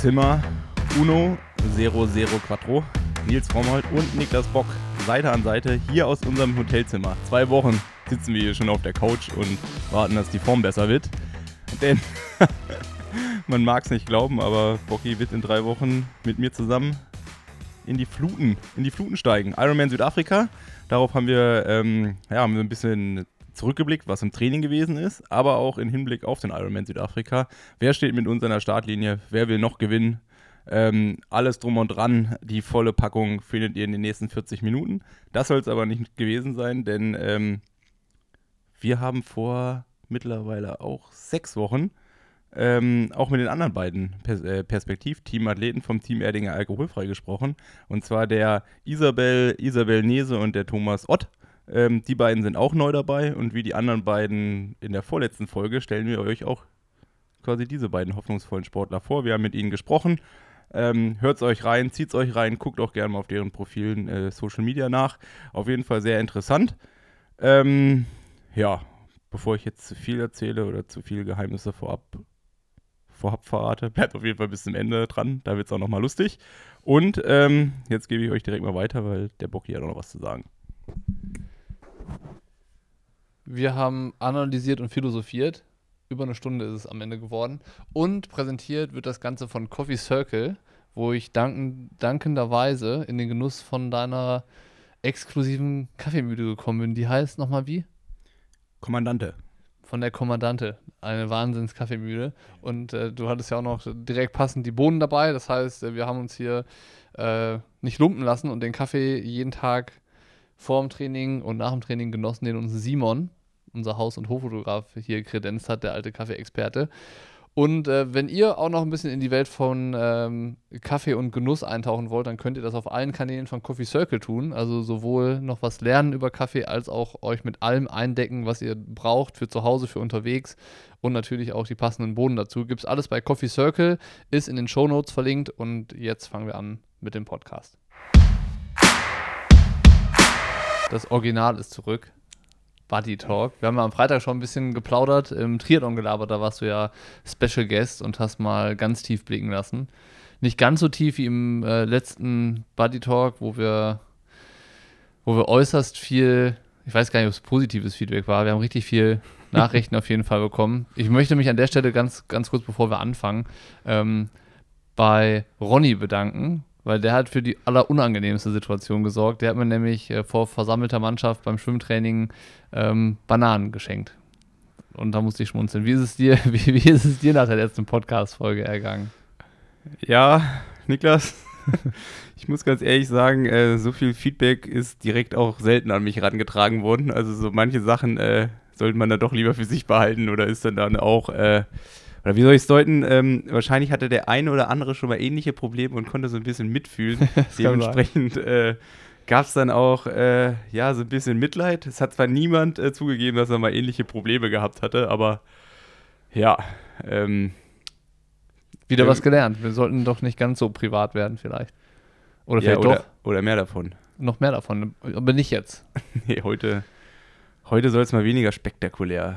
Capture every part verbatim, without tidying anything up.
Zimmer Uno Zero Zero Quattro, Nils Frommold und Niklas Bock, Seite an Seite, hier aus unserem Hotelzimmer. Zwei Wochen sitzen wir hier schon auf der Couch und warten, dass die Form besser wird. Denn man mag es nicht glauben, aber Bocky wird in drei Wochen mit mir zusammen in die Fluten, in die Fluten steigen. Ironman Südafrika, darauf haben wir, ähm, ja, haben wir ein bisschen zurückgeblickt, was im Training gewesen ist, aber auch in Hinblick auf den Ironman Südafrika. Wer steht mit uns an der Startlinie? Wer will noch gewinnen? Ähm, alles drum und dran, die volle Packung findet ihr in den nächsten vierzig Minuten. Das soll es aber nicht gewesen sein, denn ähm, wir haben vor mittlerweile auch sechs Wochen ähm, auch mit den anderen beiden Pers- äh, Perspektiv-Teamathleten vom Team Erdinger Alkoholfrei gesprochen. Und zwar der Isabel, Isabel Nese und der Thomas Ott. Ähm, die beiden sind auch neu dabei und wie die anderen beiden in der vorletzten Folge stellen wir euch auch quasi diese beiden hoffnungsvollen Sportler vor. Wir haben mit ihnen gesprochen. Ähm, hört es euch rein, zieht es euch rein, guckt auch gerne mal auf deren Profilen äh, Social Media nach. Auf jeden Fall sehr interessant. Ähm, ja, bevor ich jetzt zu viel erzähle oder zu viele Geheimnisse vorab, vorab verrate, bleibt auf jeden Fall bis zum Ende dran. Da wird es auch nochmal lustig. Und ähm, jetzt gebe ich euch direkt mal weiter, weil der Bock hier hat auch noch was zu sagen. Wir haben analysiert und philosophiert. Über eine Stunde ist es am Ende geworden. Und präsentiert wird das Ganze von Coffee Circle, wo ich danken, dankenderweise in den Genuss von deiner exklusiven Kaffeemühle gekommen bin. Die heißt nochmal wie? Kommandante. Von der Kommandante. Eine Wahnsinns-Kaffeemühle. Und äh, du hattest ja auch noch direkt passend die Bohnen dabei. Das heißt, äh, wir haben uns hier äh, nicht lumpen lassen und den Kaffee jeden Tag vor dem Training und nach dem Training genossen, den uns Simon, unser Haus- und Hoffotograf, hier kredenzt hat, der alte Kaffee-Experte. Und äh, wenn ihr auch noch ein bisschen in die Welt von ähm, Kaffee und Genuss eintauchen wollt, dann könnt ihr das auf allen Kanälen von Coffee Circle tun. Also sowohl noch was lernen über Kaffee, als auch euch mit allem eindecken, was ihr braucht für zu Hause, für unterwegs. Und natürlich auch die passenden Bohnen dazu. Gibt's alles bei Coffee Circle, ist in den Shownotes verlinkt. Und jetzt fangen wir an mit dem Podcast. Das Original ist zurück. Buddy Talk. Wir haben ja am Freitag schon ein bisschen geplaudert, im Triathlon gelabert, da warst du ja Special Guest und hast mal ganz tief blicken lassen. Nicht ganz so tief wie im äh, letzten Buddy Talk, wo wir, wo wir äußerst viel, ich weiß gar nicht, ob es positives Feedback war, wir haben richtig viel Nachrichten auf jeden Fall bekommen. Ich möchte mich an der Stelle ganz, ganz kurz, bevor wir anfangen, ähm, bei Ronny bedanken, weil der hat für die allerunangenehmste Situation gesorgt. Der hat mir nämlich äh, vor versammelter Mannschaft beim Schwimmtraining ähm, Bananen geschenkt. Und da musste ich schmunzeln. Wie ist es dir, wie, wie ist es dir nach der letzten Podcast-Folge ergangen? Ja, Niklas, ich muss ganz ehrlich sagen, äh, so viel Feedback ist direkt auch selten an mich herangetragen worden. Also so manche Sachen äh, sollte man dann doch lieber für sich behalten oder ist dann dann auch... Äh, Oder wie soll ich es deuten? Ähm, wahrscheinlich hatte der eine oder andere schon mal ähnliche Probleme und konnte so ein bisschen mitfühlen. Dementsprechend äh, gab es dann auch äh, ja, so ein bisschen Mitleid. Es hat zwar niemand äh, zugegeben, dass er mal ähnliche Probleme gehabt hatte, aber ja. Ähm, Wieder äh, was gelernt. Wir sollten doch nicht ganz so privat werden vielleicht. Oder ja, vielleicht oder, doch. Oder mehr davon. Noch mehr davon, aber nicht jetzt. Nee, heute, heute soll es mal weniger spektakulär.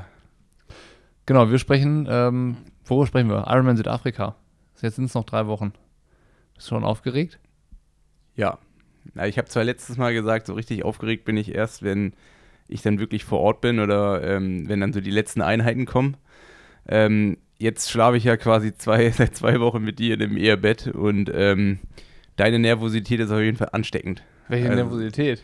Genau, wir sprechen, ähm, worüber sprechen wir? Ironman Südafrika. Jetzt sind es noch drei Wochen. Bist du schon aufgeregt? Ja. Na, ich habe zwar letztes Mal gesagt, so richtig aufgeregt bin ich erst, wenn ich dann wirklich vor Ort bin oder ähm, wenn dann so die letzten Einheiten kommen. Ähm, jetzt schlafe ich ja quasi zwei, seit zwei Wochen mit dir in einem Ehebett und ähm, deine Nervosität ist auf jeden Fall ansteckend. Welche also, Nervosität?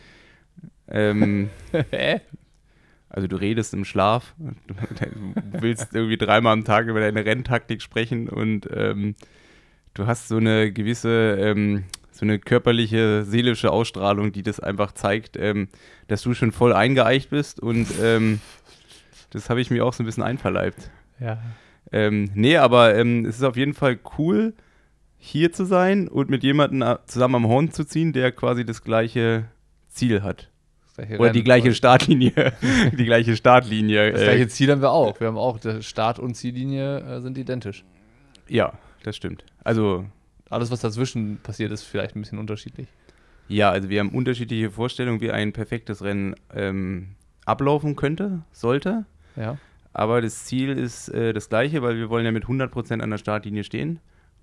Ähm, Hä? Also du redest im Schlaf, du, du willst irgendwie dreimal am Tag über deine Renntaktik sprechen und ähm, du hast so eine gewisse, ähm, so eine körperliche, seelische Ausstrahlung, die das einfach zeigt, ähm, dass du schon voll eingeeicht bist und ähm, das habe ich mir auch so ein bisschen einverleibt. Ja. Ähm, nee, aber ähm, es ist auf jeden Fall cool, hier zu sein und mit jemandem zusammen am Horn zu ziehen, der quasi das gleiche Ziel hat. Oder die gleiche Startlinie. die gleiche Startlinie. Das gleiche Ziel haben wir auch. Wir haben auch, der Start- und Ziellinie äh, sind identisch. Ja, das stimmt. Also alles, was dazwischen passiert, ist vielleicht ein bisschen unterschiedlich. Ja, also wir haben unterschiedliche Vorstellungen, wie ein perfektes Rennen ähm, ablaufen könnte, sollte. Ja. Aber das Ziel ist äh, das gleiche, weil wir wollen ja mit hundert Prozent an der Startlinie stehen.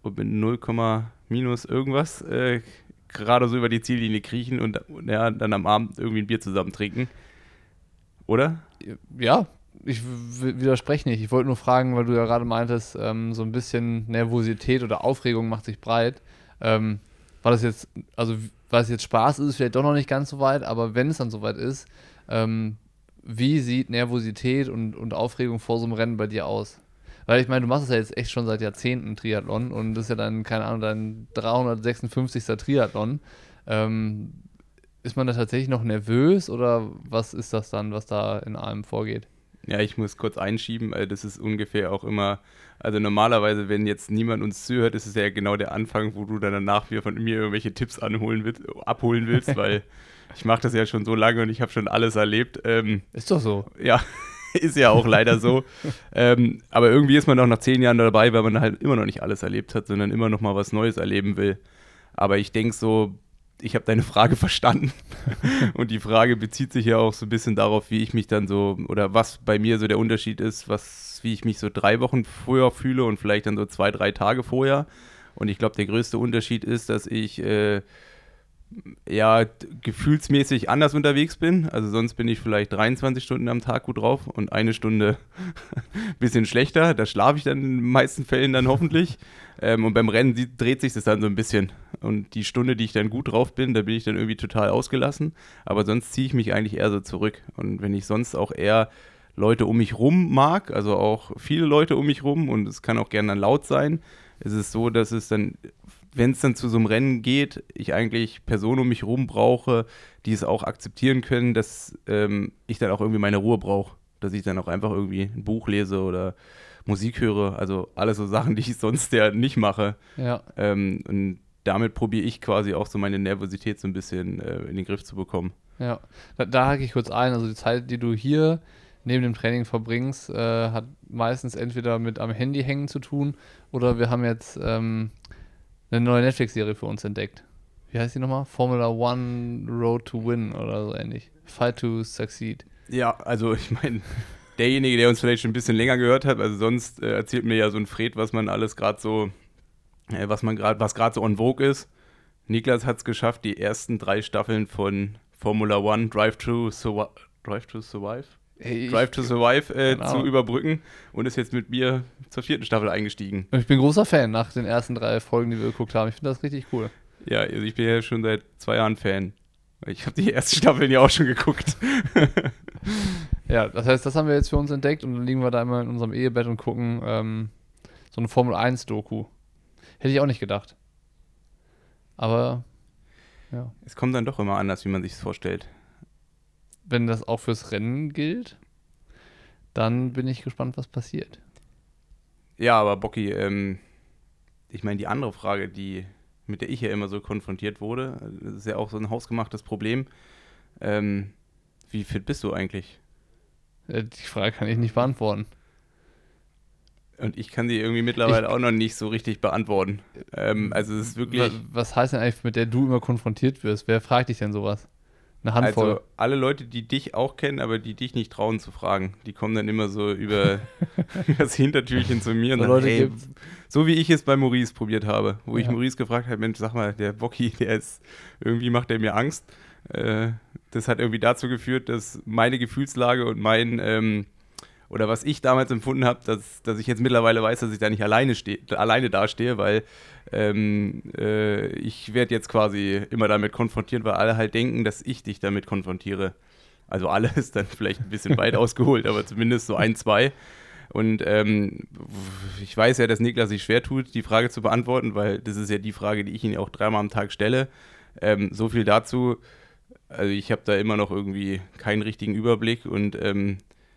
und mit null, minus irgendwas äh, gerade so über die Ziellinie kriechen und ja, dann am Abend irgendwie ein Bier zusammen trinken. Oder? Ja, ich w- widerspreche nicht. Ich wollte nur fragen, weil du ja gerade meintest, ähm, so ein bisschen Nervosität oder Aufregung macht sich breit. Ähm, war das jetzt, also weil es jetzt Spaß ist, vielleicht doch noch nicht ganz so weit, aber wenn es dann soweit ist, ähm, wie sieht Nervosität und, und Aufregung vor so einem Rennen bei dir aus? Weil ich meine, du machst es ja jetzt echt schon seit Jahrzehnten Triathlon und das ist ja dann, keine Ahnung, dein dreihundertsechsundfünfzigster Triathlon. Ähm, ist man da tatsächlich noch nervös oder was ist das dann, was da in einem vorgeht? Ja, ich muss kurz einschieben, äh, das ist ungefähr auch immer, also normalerweise, wenn jetzt niemand uns zuhört, ist es ja genau der Anfang, wo du dann danach wieder von mir irgendwelche Tipps anholen willst, abholen willst, weil ich mache das ja schon so lange und ich habe schon alles erlebt. Ähm, Ist doch so. ja, ist ja auch leider so. ähm, aber irgendwie ist man auch nach zehn Jahren dabei, weil man halt immer noch nicht alles erlebt hat, sondern immer noch mal was Neues erleben will. Aber ich denke so, ich habe deine Frage verstanden und die Frage bezieht sich ja auch so ein bisschen darauf, wie ich mich dann so, oder was bei mir so der Unterschied ist, was, wie ich mich so drei Wochen vorher fühle und vielleicht dann so zwei, drei Tage vorher. Und ich glaube, der größte Unterschied ist, dass ich äh, ja gefühlsmäßig anders unterwegs bin. Also sonst bin ich vielleicht dreiundzwanzig Stunden am Tag gut drauf und eine Stunde ein bisschen schlechter. Da schlafe ich dann in den meisten Fällen dann hoffentlich. Ähm, und beim Rennen die, dreht sich das dann so ein bisschen. Und die Stunde, die ich dann gut drauf bin, da bin ich dann irgendwie total ausgelassen. Aber sonst ziehe ich mich eigentlich eher so zurück. Und wenn ich sonst auch eher Leute um mich rum mag, also auch viele Leute um mich rum und es kann auch gerne dann laut sein, ist es so, dass es dann, wenn es dann zu so einem Rennen geht, ich eigentlich Personen um mich rum brauche, die es auch akzeptieren können, dass ähm, ich dann auch irgendwie meine Ruhe brauche. Dass ich dann auch einfach irgendwie ein Buch lese oder Musik höre. Also alles so Sachen, die ich sonst ja nicht mache. Ja. Ähm, und damit probiere ich quasi auch so meine Nervosität so ein bisschen äh, in den Griff zu bekommen. Ja, da, da hake ich kurz ein. Also die Zeit, die du hier neben dem Training verbringst, äh, hat meistens entweder mit am Handy hängen zu tun oder wir haben jetzt ähm, eine neue Netflix-Serie für uns entdeckt. Wie heißt die nochmal? Formula One Road to Win oder so ähnlich. Fight to Succeed. Ja, also ich meine, derjenige, der uns vielleicht schon ein bisschen länger gehört hat, also sonst äh, erzählt mir ja so ein Fred, was man alles gerade so, äh, was man gerade, was gerade so on vogue ist. Niklas hat es geschafft, die ersten drei Staffeln von Formula One Drive to, Survi- Drive to Survive? Hey, Drive to Survive äh, genau. zu überbrücken und ist jetzt mit mir zur vierten Staffel eingestiegen. Ich bin großer Fan nach den ersten drei Folgen, die wir geguckt haben. Ich finde das richtig cool. Ja, also ich bin ja schon seit zwei Jahren Fan. Ich habe die ersten Staffeln ja auch schon geguckt. Ja, das heißt, das haben wir jetzt für uns entdeckt und dann liegen wir da immer in unserem Ehebett und gucken ähm, so eine Formel eins Doku. Hätte ich auch nicht gedacht. Aber, ja. Es kommt dann doch immer anders, wie man sich es vorstellt. Wenn das auch fürs Rennen gilt, dann bin ich gespannt, was passiert. Ja, aber Bocki, ähm, ich meine, die andere Frage, die, mit der ich ja immer so konfrontiert wurde, das ist ja auch so ein hausgemachtes Problem. Ähm, wie fit bist du eigentlich? Äh, Die Frage kann ich nicht beantworten. Und ich kann die irgendwie mittlerweile Ich- auch noch nicht so richtig beantworten. Ähm, also es ist wirklich... Wa- Was heißt denn eigentlich, mit der du immer konfrontiert wirst? Wer fragt dich denn sowas? Eine Handvoll. Also alle Leute, die dich auch kennen, aber die dich nicht trauen zu fragen, die kommen dann immer so über das Hintertürchen zu mir und So sagen, Leute hey, gibt's. so wie ich es bei Maurice probiert habe, wo ich Ja. Maurice gefragt habe, Mensch, sag mal, der Bocki, der ist, irgendwie macht der mir Angst. Äh, das hat irgendwie dazu geführt, dass meine Gefühlslage und mein, ähm, oder was ich damals empfunden habe, dass, dass ich jetzt mittlerweile weiß, dass ich da nicht alleine, steh, alleine dastehe, weil ähm, äh, ich werde jetzt quasi immer damit konfrontiert, weil alle halt denken, dass ich dich damit konfrontiere. Also alle ist dann vielleicht ein bisschen weit ausgeholt, aber zumindest so ein, zwei. Und ähm, ich weiß ja, dass Niklas sich schwer tut, die Frage zu beantworten, weil das ist ja die Frage, die ich ihn auch dreimal am Tag stelle. Ähm, so viel dazu. Also ich habe da immer noch irgendwie keinen richtigen Überblick und ähm,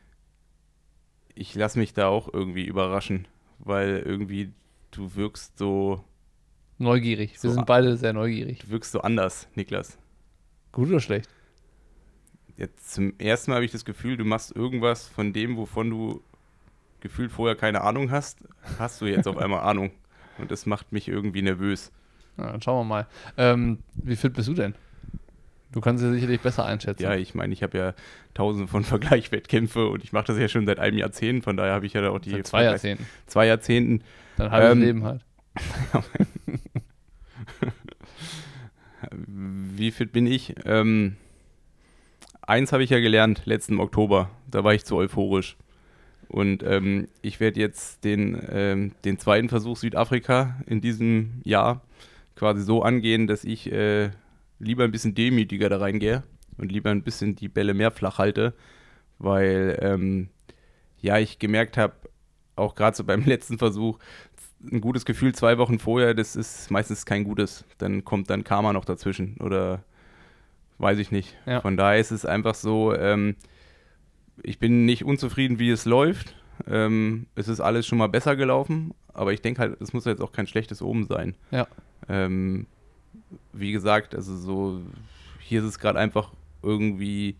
ich lasse mich da auch irgendwie überraschen, weil irgendwie du wirkst so, Neugierig. Wir So, sind beide sehr neugierig. du wirkst so anders, Niklas. Gut oder schlecht? Jetzt zum ersten Mal habe ich das Gefühl, du machst irgendwas von dem, wovon du gefühlt vorher keine Ahnung hast, hast du jetzt auf einmal Ahnung. Und das macht mich irgendwie nervös. Na, dann schauen wir mal. Ähm, wie fit bist du denn? Du kannst ja sicherlich besser einschätzen. Ja, ich meine, ich habe ja tausende von Vergleichswettkämpfe und ich mache das ja schon seit einem Jahrzehnt, von daher habe ich ja da auch die Seit zwei Vergleich- Jahrzehnten. zwei Jahrzehnten. Dein halbes Ähm, Leben halt. Wie fit bin ich? Ähm, eins habe ich ja gelernt, letzten Oktober. Da war ich zu euphorisch. Und ähm, ich werde jetzt den, ähm, den zweiten Versuch Südafrika in diesem Jahr quasi so angehen, dass ich äh, lieber ein bisschen demütiger da reingehe und lieber ein bisschen die Bälle mehr flach halte, weil ähm, ja, ich gemerkt habe, auch gerade so beim letzten Versuch, ein gutes Gefühl zwei Wochen vorher, das ist meistens kein gutes. Dann kommt dann Karma noch dazwischen oder weiß ich nicht. Ja. Von daher ist es einfach so, ähm, ich bin nicht unzufrieden, wie es läuft. Ähm, es ist alles schon mal besser gelaufen, aber ich denke halt, es muss jetzt auch kein schlechtes Omen sein. Ja. Ähm, wie gesagt, also so, hier ist es gerade einfach irgendwie,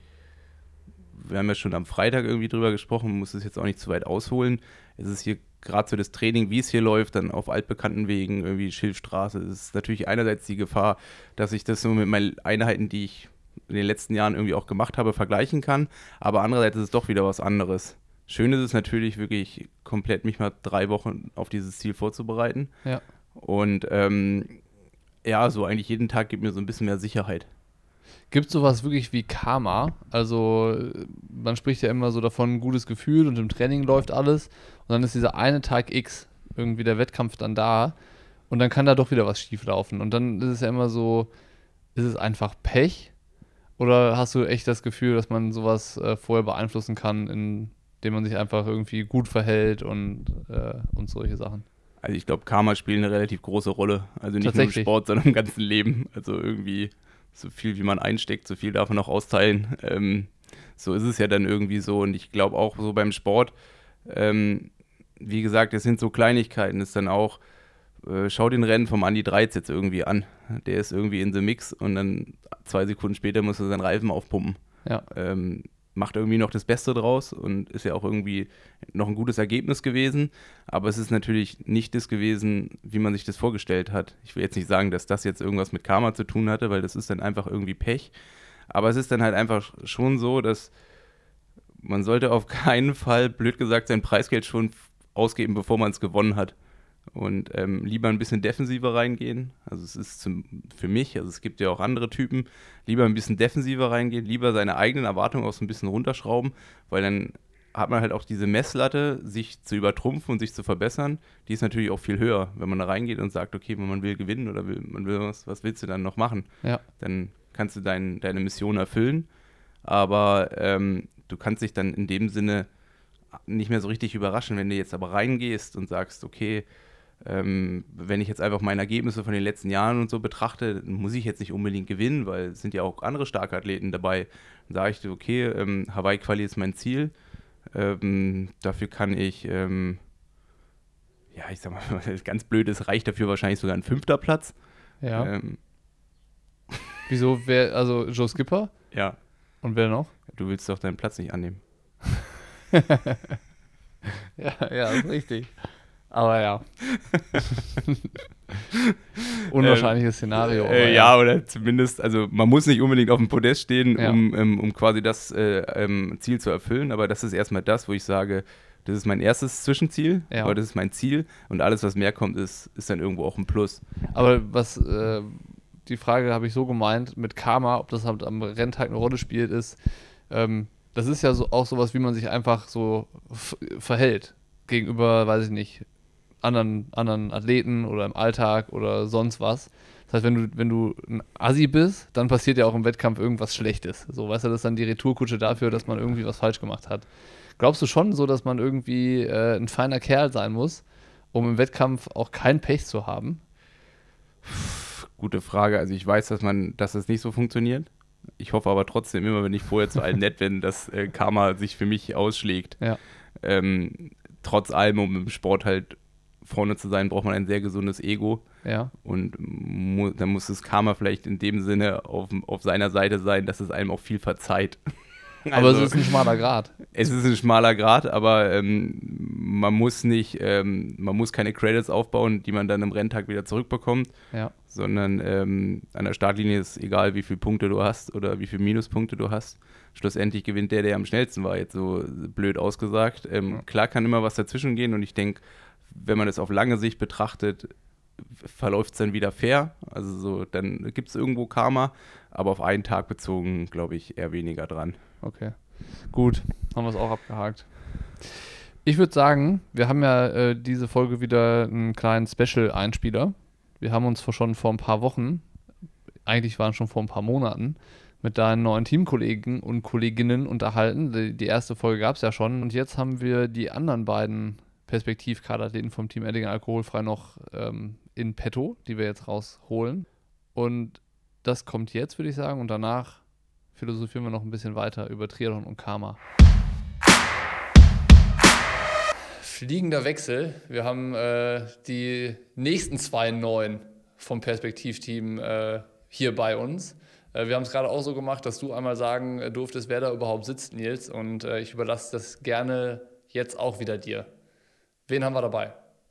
wir haben ja schon am Freitag irgendwie drüber gesprochen, man muss es jetzt auch nicht zu weit ausholen. Es ist hier gerade so das Training, wie es hier läuft, dann auf altbekannten Wegen, irgendwie Schilfstraße. Es ist natürlich einerseits die Gefahr, dass ich das so mit meinen Einheiten, die ich in den letzten Jahren irgendwie auch gemacht habe, vergleichen kann, aber andererseits ist es doch wieder was anderes. Schön ist es natürlich wirklich komplett mich mal drei Wochen auf dieses Ziel vorzubereiten. Ja. Und ähm, ja, so eigentlich jeden Tag gibt mir so ein bisschen mehr Sicherheit. Gibt es sowas wirklich wie Karma? Also man spricht ja immer so davon, ein gutes Gefühl und im Training läuft alles und dann ist dieser eine Tag X, irgendwie der Wettkampf dann da und dann kann da doch wieder was schief laufen und dann ist es ja immer so, ist es einfach Pech oder hast du echt das Gefühl, dass man sowas äh, vorher beeinflussen kann, indem man sich einfach irgendwie gut verhält und, äh, und solche Sachen? Also ich glaube, Karma spielt eine relativ große Rolle. Also nicht nur im Sport, sondern im ganzen Leben. Also irgendwie so viel, wie man einsteckt, so viel darf man auch austeilen. Ähm, so ist es ja dann irgendwie so. Und ich glaube auch so beim Sport, ähm, wie gesagt, es sind so Kleinigkeiten. Es ist dann auch, äh, schau den Rennen vom Andi Dreiz jetzt irgendwie an. Der ist irgendwie in the mix und dann zwei Sekunden später muss er seinen Reifen aufpumpen. Ja. Ähm, macht irgendwie noch das Beste draus und ist ja auch irgendwie noch ein gutes Ergebnis gewesen, aber es ist natürlich nicht das gewesen, wie man sich das vorgestellt hat. Ich will jetzt nicht sagen, dass das jetzt irgendwas mit Karma zu tun hatte, weil das ist dann einfach irgendwie Pech, aber es ist dann halt einfach schon so, dass man sollte auf keinen Fall, blöd gesagt, sein Preisgeld schon ausgeben, bevor man es gewonnen hat. Und ähm, lieber ein bisschen defensiver reingehen. Also es ist zum, für mich, also es gibt ja auch andere Typen, lieber ein bisschen defensiver reingehen, lieber seine eigenen Erwartungen auch so ein bisschen runterschrauben, weil dann hat man halt auch diese Messlatte, sich zu übertrumpfen und sich zu verbessern, die ist natürlich auch viel höher, wenn man da reingeht und sagt, okay, man will gewinnen oder will, man will was, was willst du dann noch machen? Ja. Dann kannst du dein, deine Mission erfüllen, aber ähm, du kannst dich dann in dem Sinne nicht mehr so richtig überraschen, wenn du jetzt aber reingehst und sagst, okay, Ähm, wenn ich jetzt einfach meine Ergebnisse von den letzten Jahren und so betrachte, muss ich jetzt nicht unbedingt gewinnen, weil es sind ja auch andere starke Athleten dabei. Dann sage ich, okay, ähm, Hawaii-Quali ist mein Ziel. Ähm, dafür kann ich, ähm, ja, ich sag mal, ganz blöd ist, reicht dafür wahrscheinlich sogar ein fünfter Platz. Ja. Ähm, Wieso, wer, also Joe Skipper? ja. Und wer noch? Du willst doch deinen Platz nicht annehmen. ja, ja, ist richtig. Aber ja. Unwahrscheinliches Szenario. Äh, aber äh, ja, oder zumindest, also man muss nicht unbedingt auf dem Podest stehen, Ja. um, ähm, um quasi das äh, ähm, Ziel zu erfüllen, aber das ist erstmal das, wo ich sage, das ist mein erstes Zwischenziel, Ja. aber das ist mein Ziel und alles, was mehr kommt, ist, ist dann irgendwo auch ein Plus. Aber was, äh, die Frage habe ich so gemeint, mit Karma, ob das halt am Renntag eine Rolle spielt, ist, ähm, das ist ja so, auch sowas, wie man sich einfach so f- verhält gegenüber, weiß ich nicht, anderen, anderen Athleten oder im Alltag oder sonst was. Das heißt, wenn du, wenn du ein Assi bist, dann passiert ja auch im Wettkampf irgendwas Schlechtes. So, weißt du, das ist dann die Retourkutsche dafür, dass man irgendwie was falsch gemacht hat. Glaubst du schon so, dass man irgendwie äh, ein feiner Kerl sein muss, um im Wettkampf auch kein Pech zu haben? Gute Frage, also ich weiß, dass man, dass es nicht so funktioniert. Ich hoffe aber trotzdem immer, wenn ich vorher zu allen nett bin, dass äh, Karma sich für mich ausschlägt. Ja. Ähm, trotz allem, um im Sport halt vorne zu sein, braucht man ein sehr gesundes Ego. Ja. Und mu- dann muss das Karma vielleicht in dem Sinne auf, auf seiner Seite sein, dass es einem auch viel verzeiht. Aber Also, es ist ein schmaler Grat. es ist ein schmaler Grat, aber ähm, man muss nicht, ähm, man muss keine Credits aufbauen, die man dann im Renntag wieder zurückbekommt, Ja. sondern ähm, an der Startlinie ist egal, wie viele Punkte du hast oder wie viele Minuspunkte du hast. Schlussendlich gewinnt der, der am schnellsten war, jetzt so blöd ausgesagt. Ähm, Ja. Klar kann immer was dazwischen gehen und ich denke, wenn man das auf lange Sicht betrachtet, verläuft es dann wieder fair. Also so, dann gibt es irgendwo Karma, aber auf einen Tag bezogen, glaube ich, eher weniger dran. Okay, gut, haben wir es auch abgehakt. Ich würde sagen, wir haben ja äh, diese Folge wieder einen kleinen Special-Einspieler. Wir haben uns vor, schon vor ein paar Wochen, eigentlich waren es schon vor ein paar Monaten, mit deinen neuen Teamkollegen und Kolleginnen unterhalten. Die, die erste Folge gab es ja schon. Und jetzt haben wir die anderen beiden Perspektiv-Kaderathleten vom Team Edding Alkoholfrei noch ähm, in petto, die wir jetzt rausholen. Und das kommt jetzt, würde ich sagen. Und danach philosophieren wir noch ein bisschen weiter über Triathlon und Karma. Fliegender Wechsel. Wir haben äh, die nächsten zwei Neuen vom Perspektivteam äh, hier bei uns. Äh, wir haben es gerade auch so gemacht, dass du einmal sagen äh, durftest, wer da überhaupt sitzt, Nils. Und äh, ich überlasse das gerne jetzt auch wieder dir. Wen haben wir dabei?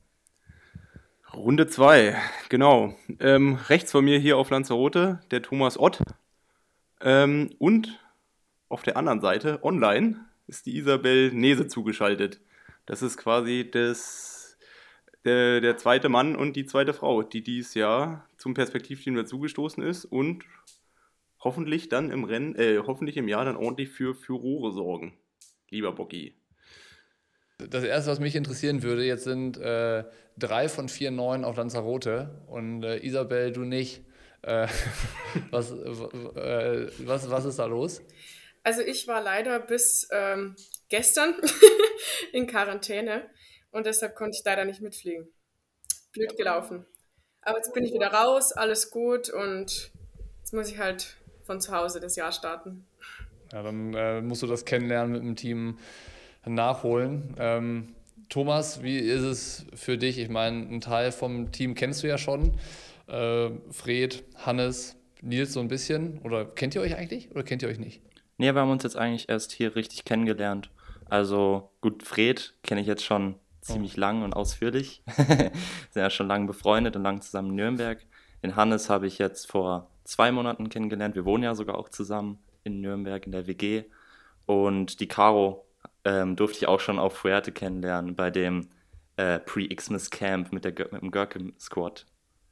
Runde zwei, genau. Ähm, rechts von mir hier auf Lanzarote der Thomas Ott. Ähm, und auf der anderen Seite, online, ist die Isabel Nese zugeschaltet. Das ist quasi das, der, der zweite Mann und die zweite Frau, die dieses Jahr zum Perspektivteam dazugestoßen ist und hoffentlich dann im Rennen, äh, hoffentlich im Jahr dann ordentlich für Furore sorgen. Lieber Bocki. Das erste, was mich interessieren würde, jetzt sind äh, drei von vier Neuen auf Lanzarote und äh, Isabel, du nicht. Äh, was, äh, was, was ist da los? Also ich war leider bis ähm, gestern in Quarantäne und deshalb konnte ich leider nicht mitfliegen. Blöd gelaufen. Aber jetzt bin ich wieder raus, alles gut und jetzt muss ich halt von zu Hause das Jahr starten. Ja, dann äh, musst du das Kennenlernen mit dem Team nachholen. Ähm, Thomas, wie ist es für dich? Ich meine, einen Teil vom Team kennst du ja schon. Äh, Fred, Hannes, Nils so ein bisschen. Oder kennt ihr euch eigentlich oder kennt ihr euch nicht? Nee, wir haben uns jetzt eigentlich erst hier richtig kennengelernt. Also gut, Fred kenne ich jetzt schon ziemlich lang und ausführlich. Sind ja schon lange befreundet und lang zusammen in Nürnberg. Den Hannes habe ich jetzt vor zwei Monaten kennengelernt. Wir wohnen ja sogar auch zusammen in Nürnberg in der W G. Und die Caro ähm, durfte ich auch schon auf Fuerte kennenlernen bei dem äh, Pre-Xmas Camp mit, der, mit dem Görkem-Squad.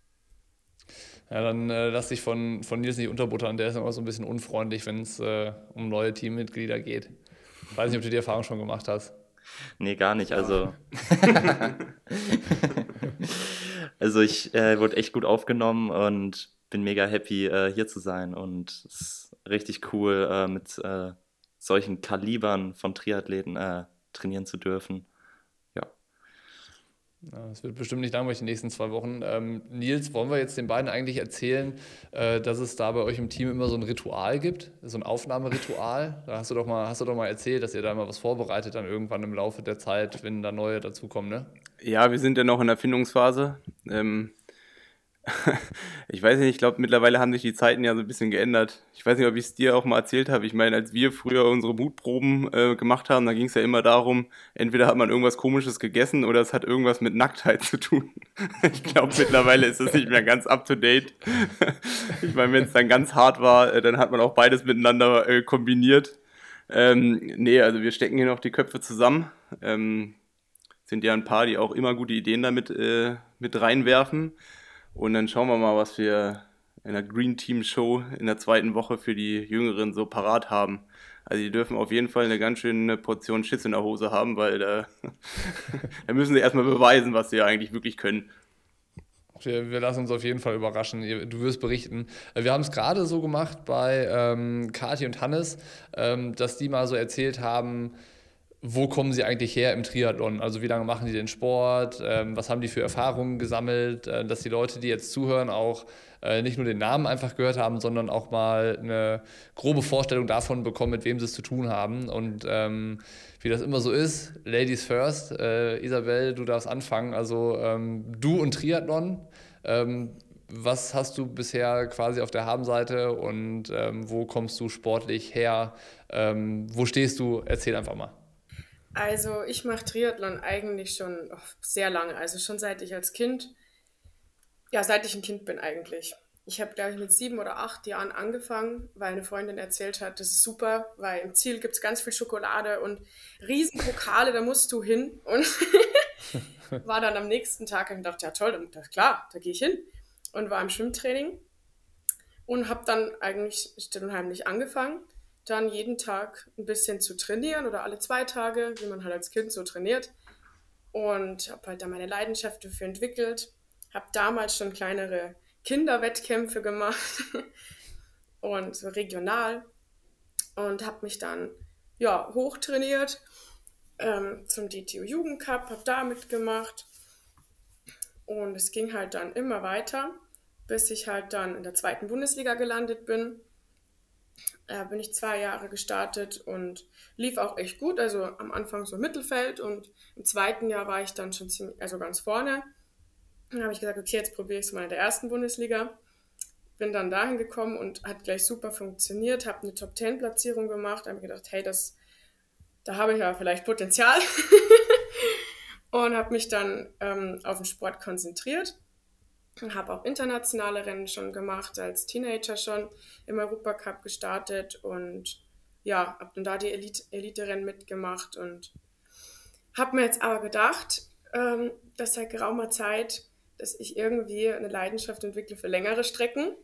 Ja, dann äh, lass dich von, von Nils nicht unterbuttern. Der ist immer so ein bisschen unfreundlich, wenn es äh, um neue Teammitglieder geht. Weiß nicht, ob du die Erfahrung schon gemacht hast. Nee, gar nicht. Also, also ich äh, wurde echt gut aufgenommen und bin mega happy, äh, hier zu sein. Und es ist richtig cool, äh, mit äh, solchen Kalibern von Triathleten äh, trainieren zu dürfen. Ja. Ja, es wird bestimmt nicht langweilig die nächsten zwei Wochen. Ähm, Nils, wollen wir jetzt den beiden eigentlich erzählen, äh, dass es da bei euch im Team immer so ein Ritual gibt, so ein Aufnahmeritual? Da hast du doch mal, hast du doch mal erzählt, dass ihr da mal was vorbereitet dann irgendwann im Laufe der Zeit, wenn da neue dazukommen, ne? Ja, wir sind ja noch in der Findungsphase. Ähm, ich weiß nicht, ich glaube, mittlerweile haben sich die Zeiten ja so ein bisschen geändert. Ich weiß nicht, ob ich es dir auch mal erzählt habe. Ich meine, als wir früher unsere Mutproben äh, gemacht haben, da ging es ja immer darum, entweder hat man irgendwas Komisches gegessen oder es hat irgendwas mit Nacktheit zu tun. Ich glaube, mittlerweile ist das nicht mehr ganz up-to-date. Ich meine, wenn es dann ganz hart war, äh, dann hat man auch beides miteinander äh, kombiniert. Ähm, nee, also wir stecken hier noch die Köpfe zusammen. Ähm, sind ja ein paar, die auch immer gute Ideen damit äh, mit reinwerfen. Und dann schauen wir mal, was wir in der Green Team Show in der zweiten Woche für die Jüngeren so parat haben. Also die dürfen auf jeden Fall eine ganz schöne Portion Schiss in der Hose haben, weil da, da müssen sie erstmal beweisen, was sie ja eigentlich wirklich können. Wir, wir lassen uns auf jeden Fall überraschen. Du wirst berichten. Wir haben es gerade so gemacht bei ähm, Kathi und Hannes, ähm, dass die mal so erzählt haben, wo kommen sie eigentlich her im Triathlon? Also wie lange machen die den Sport? Ähm, was haben die für Erfahrungen gesammelt? Äh, dass die Leute, die jetzt zuhören, auch äh, nicht nur den Namen einfach gehört haben, sondern auch mal eine grobe Vorstellung davon bekommen, mit wem sie es zu tun haben. Und ähm, wie das immer so ist, Ladies first. Äh, Isabel, du darfst anfangen. Also ähm, du und Triathlon. Ähm, was hast du bisher quasi auf der Habenseite und ähm, wo kommst du sportlich her? Ähm, wo stehst du? Erzähl einfach mal. Also ich mache Triathlon eigentlich schon oh, sehr lange, also schon seit ich als Kind, ja seit ich ein Kind bin eigentlich. Ich habe, glaube ich, mit sieben oder acht Jahren angefangen, weil eine Freundin erzählt hat, das ist super, weil im Ziel gibt es ganz viel Schokolade und Riesenpokale, da musst du hin. Und War dann am nächsten Tag und dachte, ja toll, dann dachte, klar, da gehe ich hin. Und war im Schwimmtraining und habe dann eigentlich still und heimlich angefangen, dann jeden Tag ein bisschen zu trainieren oder alle zwei Tage, wie man halt als Kind so trainiert. Und habe halt da meine Leidenschaft dafür entwickelt. Habe damals schon kleinere Kinderwettkämpfe gemacht und so regional und habe mich dann ja, hochtrainiert ähm, zum D T U Jugendcup, habe da mitgemacht und es ging halt dann immer weiter, bis ich halt dann in der zweiten Bundesliga gelandet bin. Äh, bin ich zwei Jahre gestartet und lief auch echt gut, also am Anfang so Mittelfeld und im zweiten Jahr war ich dann schon ziemlich, also ganz vorne. Dann habe ich gesagt, okay, jetzt probiere ich es mal in der ersten Bundesliga. Bin dann dahin gekommen und hat gleich super funktioniert, habe eine Top zehn Platzierung gemacht, habe mir gedacht, hey, das, da habe ich ja vielleicht Potenzial und habe mich dann ähm, auf den Sport konzentriert und habe auch internationale Rennen schon gemacht, als Teenager schon im Europacup gestartet und ja, habe dann da die Elite, Elite-Rennen mitgemacht und habe mir jetzt aber gedacht, ähm, dass seit geraumer Zeit, dass ich irgendwie eine Leidenschaft entwickle für längere Strecken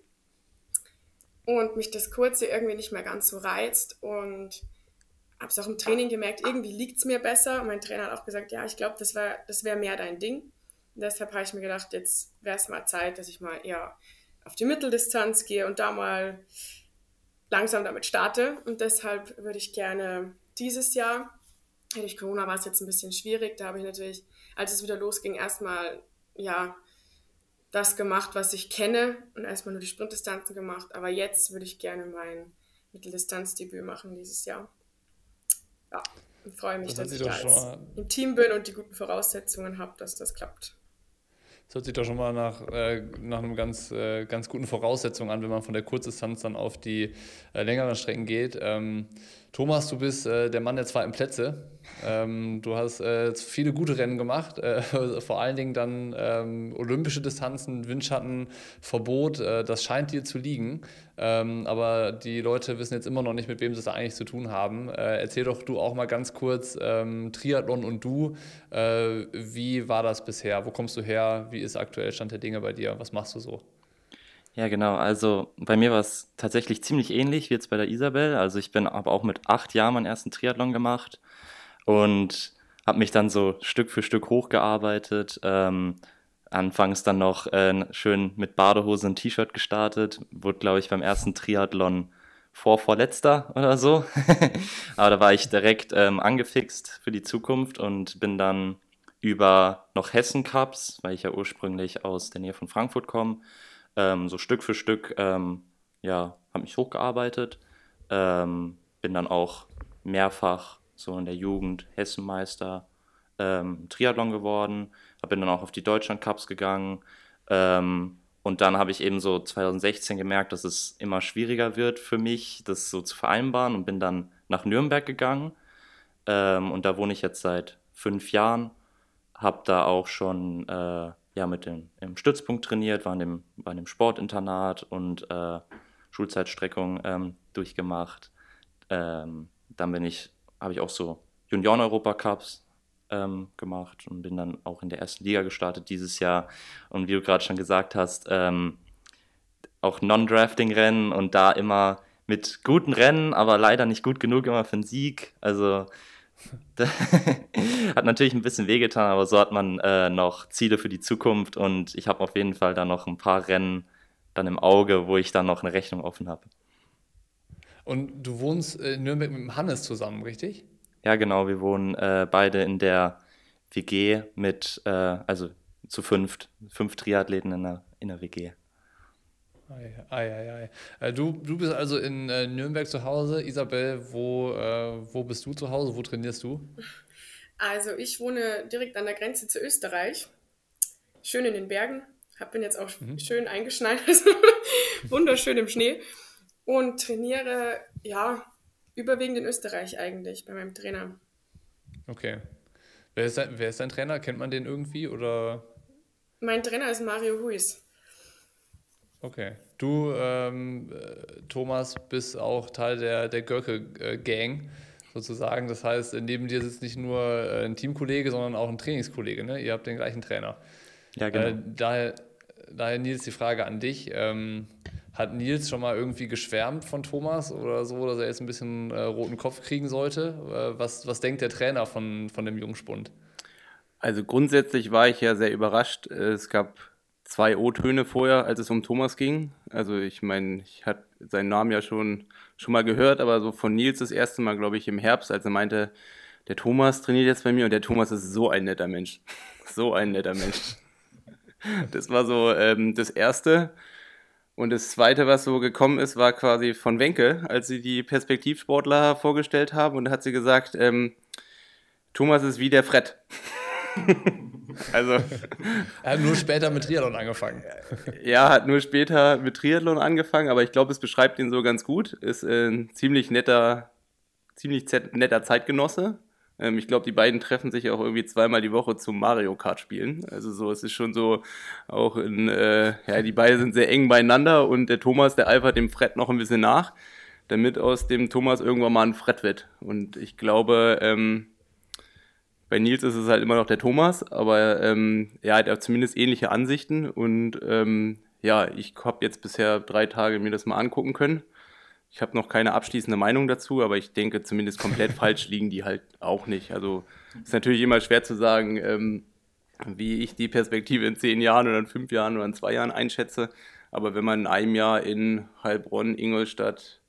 und mich das Kurze irgendwie nicht mehr ganz so reizt und habe es auch im Training gemerkt, irgendwie liegt es mir besser. Und mein Trainer hat auch gesagt, ja, ich glaube, das wäre das wär mehr dein Ding. Und deshalb habe ich mir gedacht, jetzt wäre es mal Zeit, dass ich mal eher auf die Mitteldistanz gehe und da mal langsam damit starte. Und deshalb würde ich gerne dieses Jahr, durch Corona war es jetzt ein bisschen schwierig, da habe ich natürlich, als es wieder losging, erstmal ja, das gemacht, was ich kenne und erstmal nur die Sprintdistanzen gemacht. Aber jetzt würde ich gerne mein Mitteldistanzdebüt machen dieses Jahr. Ja, und freue mich, Das hört dass sich ich doch da schon jetzt mal, im Team bin und die guten Voraussetzungen habe, dass das klappt. das hört sich doch schon mal nach, äh, nach einem ganz, äh, ganz guten Voraussetzungen an, wenn man von der Kurzdistanz dann auf die äh, längeren Strecken geht. Ähm, Thomas, du bist äh, der Mann der zweiten Plätze. Ähm, du hast äh, viele gute Rennen gemacht, äh, vor allen Dingen dann ähm, olympische Distanzen, Windschatten, Verbot, äh, das scheint dir zu liegen. Ähm, aber die Leute wissen jetzt immer noch nicht, mit wem sie es da eigentlich zu tun haben. Äh, erzähl doch du auch mal ganz kurz, ähm, Triathlon und du, äh, wie war das bisher? Wo kommst du her? Wie ist aktuell Stand der Dinge bei dir? Was machst du so? Ja, genau. Also bei mir war es tatsächlich ziemlich ähnlich wie jetzt bei der Isabel. Also ich bin aber auch mit acht Jahren meinen ersten Triathlon gemacht und habe mich dann so Stück für Stück hochgearbeitet. Ähm, anfangs dann noch äh, schön mit Badehose und T-Shirt gestartet. Wurde, glaube ich, beim ersten Triathlon Vorvorletzter oder so. Aber da war ich direkt ähm, angefixt für die Zukunft und bin dann über noch Hessen Cups, weil ich ja ursprünglich aus der Nähe von Frankfurt komme, ähm, so Stück für Stück, ähm, ja, habe mich hochgearbeitet. Ähm, bin dann auch mehrfach so in der Jugend Hessenmeister ähm, im Triathlon geworden. Bin dann auch auf die Deutschland Cups gegangen. Ähm, und dann habe ich eben so zwanzig sechzehn gemerkt, dass es immer schwieriger wird für mich, das so zu vereinbaren und bin dann nach Nürnberg gegangen. Ähm, und da wohne ich jetzt seit fünf Jahren. Habe da auch schon äh, ja, mit dem, im Stützpunkt trainiert, war in dem, bei einem Sportinternat und äh, Schulzeitstreckung ähm, durchgemacht. Ähm, dann bin ich, habe ich auch so Junioren-Europacups ähm, gemacht und bin dann auch in der ersten Liga gestartet dieses Jahr. Und wie du gerade schon gesagt hast, ähm, auch Non-Drafting-Rennen und da immer mit guten Rennen, aber leider nicht gut genug immer für einen Sieg. Also das hat natürlich ein bisschen wehgetan, aber so hat man äh, noch Ziele für die Zukunft und ich habe auf jeden Fall da noch ein paar Rennen dann im Auge, wo ich dann noch eine Rechnung offen habe. Und du wohnst in Nürnberg mit dem Hannes zusammen, richtig? Ja, genau, wir wohnen äh, beide in der W G mit, äh, also zu fünft, fünf Triathleten in der, in der W G. Ei, ei, ei, ei. Äh, Du, du bist also in äh, Nürnberg zu Hause. Isabel, wo, äh, wo bist du zu Hause? Wo trainierst du? Also ich wohne direkt an der Grenze zu Österreich, schön in den Bergen, hab, bin jetzt auch schön eingeschneit, also wunderschön im Schnee und trainiere, ja, überwiegend in Österreich eigentlich bei meinem Trainer. Okay. Wer ist dein, wer ist dein Trainer? Kennt man den irgendwie? Oder? Mein Trainer ist Mario Huis. Okay. Du, ähm, äh, Thomas, bist auch Teil der, der Görke-Gang. sozusagen. Das heißt, neben dir sitzt nicht nur äh, ein Teamkollege, sondern auch ein Trainingskollege. Ne? Ihr habt den gleichen Trainer. Ja, genau. Äh, daher, daher, Nils, die Frage an dich. Ähm, hat Nils schon mal irgendwie geschwärmt von Thomas oder so, dass er jetzt ein bisschen äh, roten Kopf kriegen sollte? Äh, was, was denkt der Trainer von, von dem Jungspund? Also grundsätzlich war ich ja sehr überrascht. Es gab zwei O-Töne vorher, als es um Thomas ging. Also ich meine, ich hatte seinen Namen ja schon, schon mal gehört, aber so von Nils das erste Mal, glaube ich, im Herbst, als er meinte, der Thomas trainiert jetzt bei mir und der Thomas ist so ein netter Mensch. So ein netter Mensch. Das war so ähm, das Erste. Und das Zweite, was so gekommen ist, war quasi von Wenke, als sie die Perspektivsportler vorgestellt haben. Und da hat sie gesagt, ähm, Thomas ist wie der Fred. Also, Er hat nur später mit Triathlon angefangen. ja, hat nur später mit Triathlon angefangen, aber ich glaube, es beschreibt ihn so ganz gut. Ist äh, ein ziemlich netter, ziemlich z- netter Zeitgenosse. Ähm, ich glaube, die beiden treffen sich auch irgendwie zweimal die Woche zum Mario Kart spielen. Also so, es ist schon so auch in, äh, ja, die beiden sind sehr eng beieinander und der Thomas, der eifert dem Fred noch ein bisschen nach, damit aus dem Thomas irgendwann mal ein Fred wird. Und ich glaube, ähm, bei Nils ist es halt immer noch der Thomas, aber ähm, er hat ja zumindest ähnliche Ansichten und ähm, ja, ich habe jetzt bisher drei Tage mir das mal angucken können. Ich habe noch keine abschließende Meinung dazu, aber ich denke, zumindest komplett falsch liegen die halt auch nicht. Also ist natürlich immer schwer zu sagen, ähm, wie ich die Perspektive in zehn Jahren oder in fünf Jahren oder in zwei Jahren einschätze. Aber wenn man in einem Jahr in Heilbronn, Ingolstadt,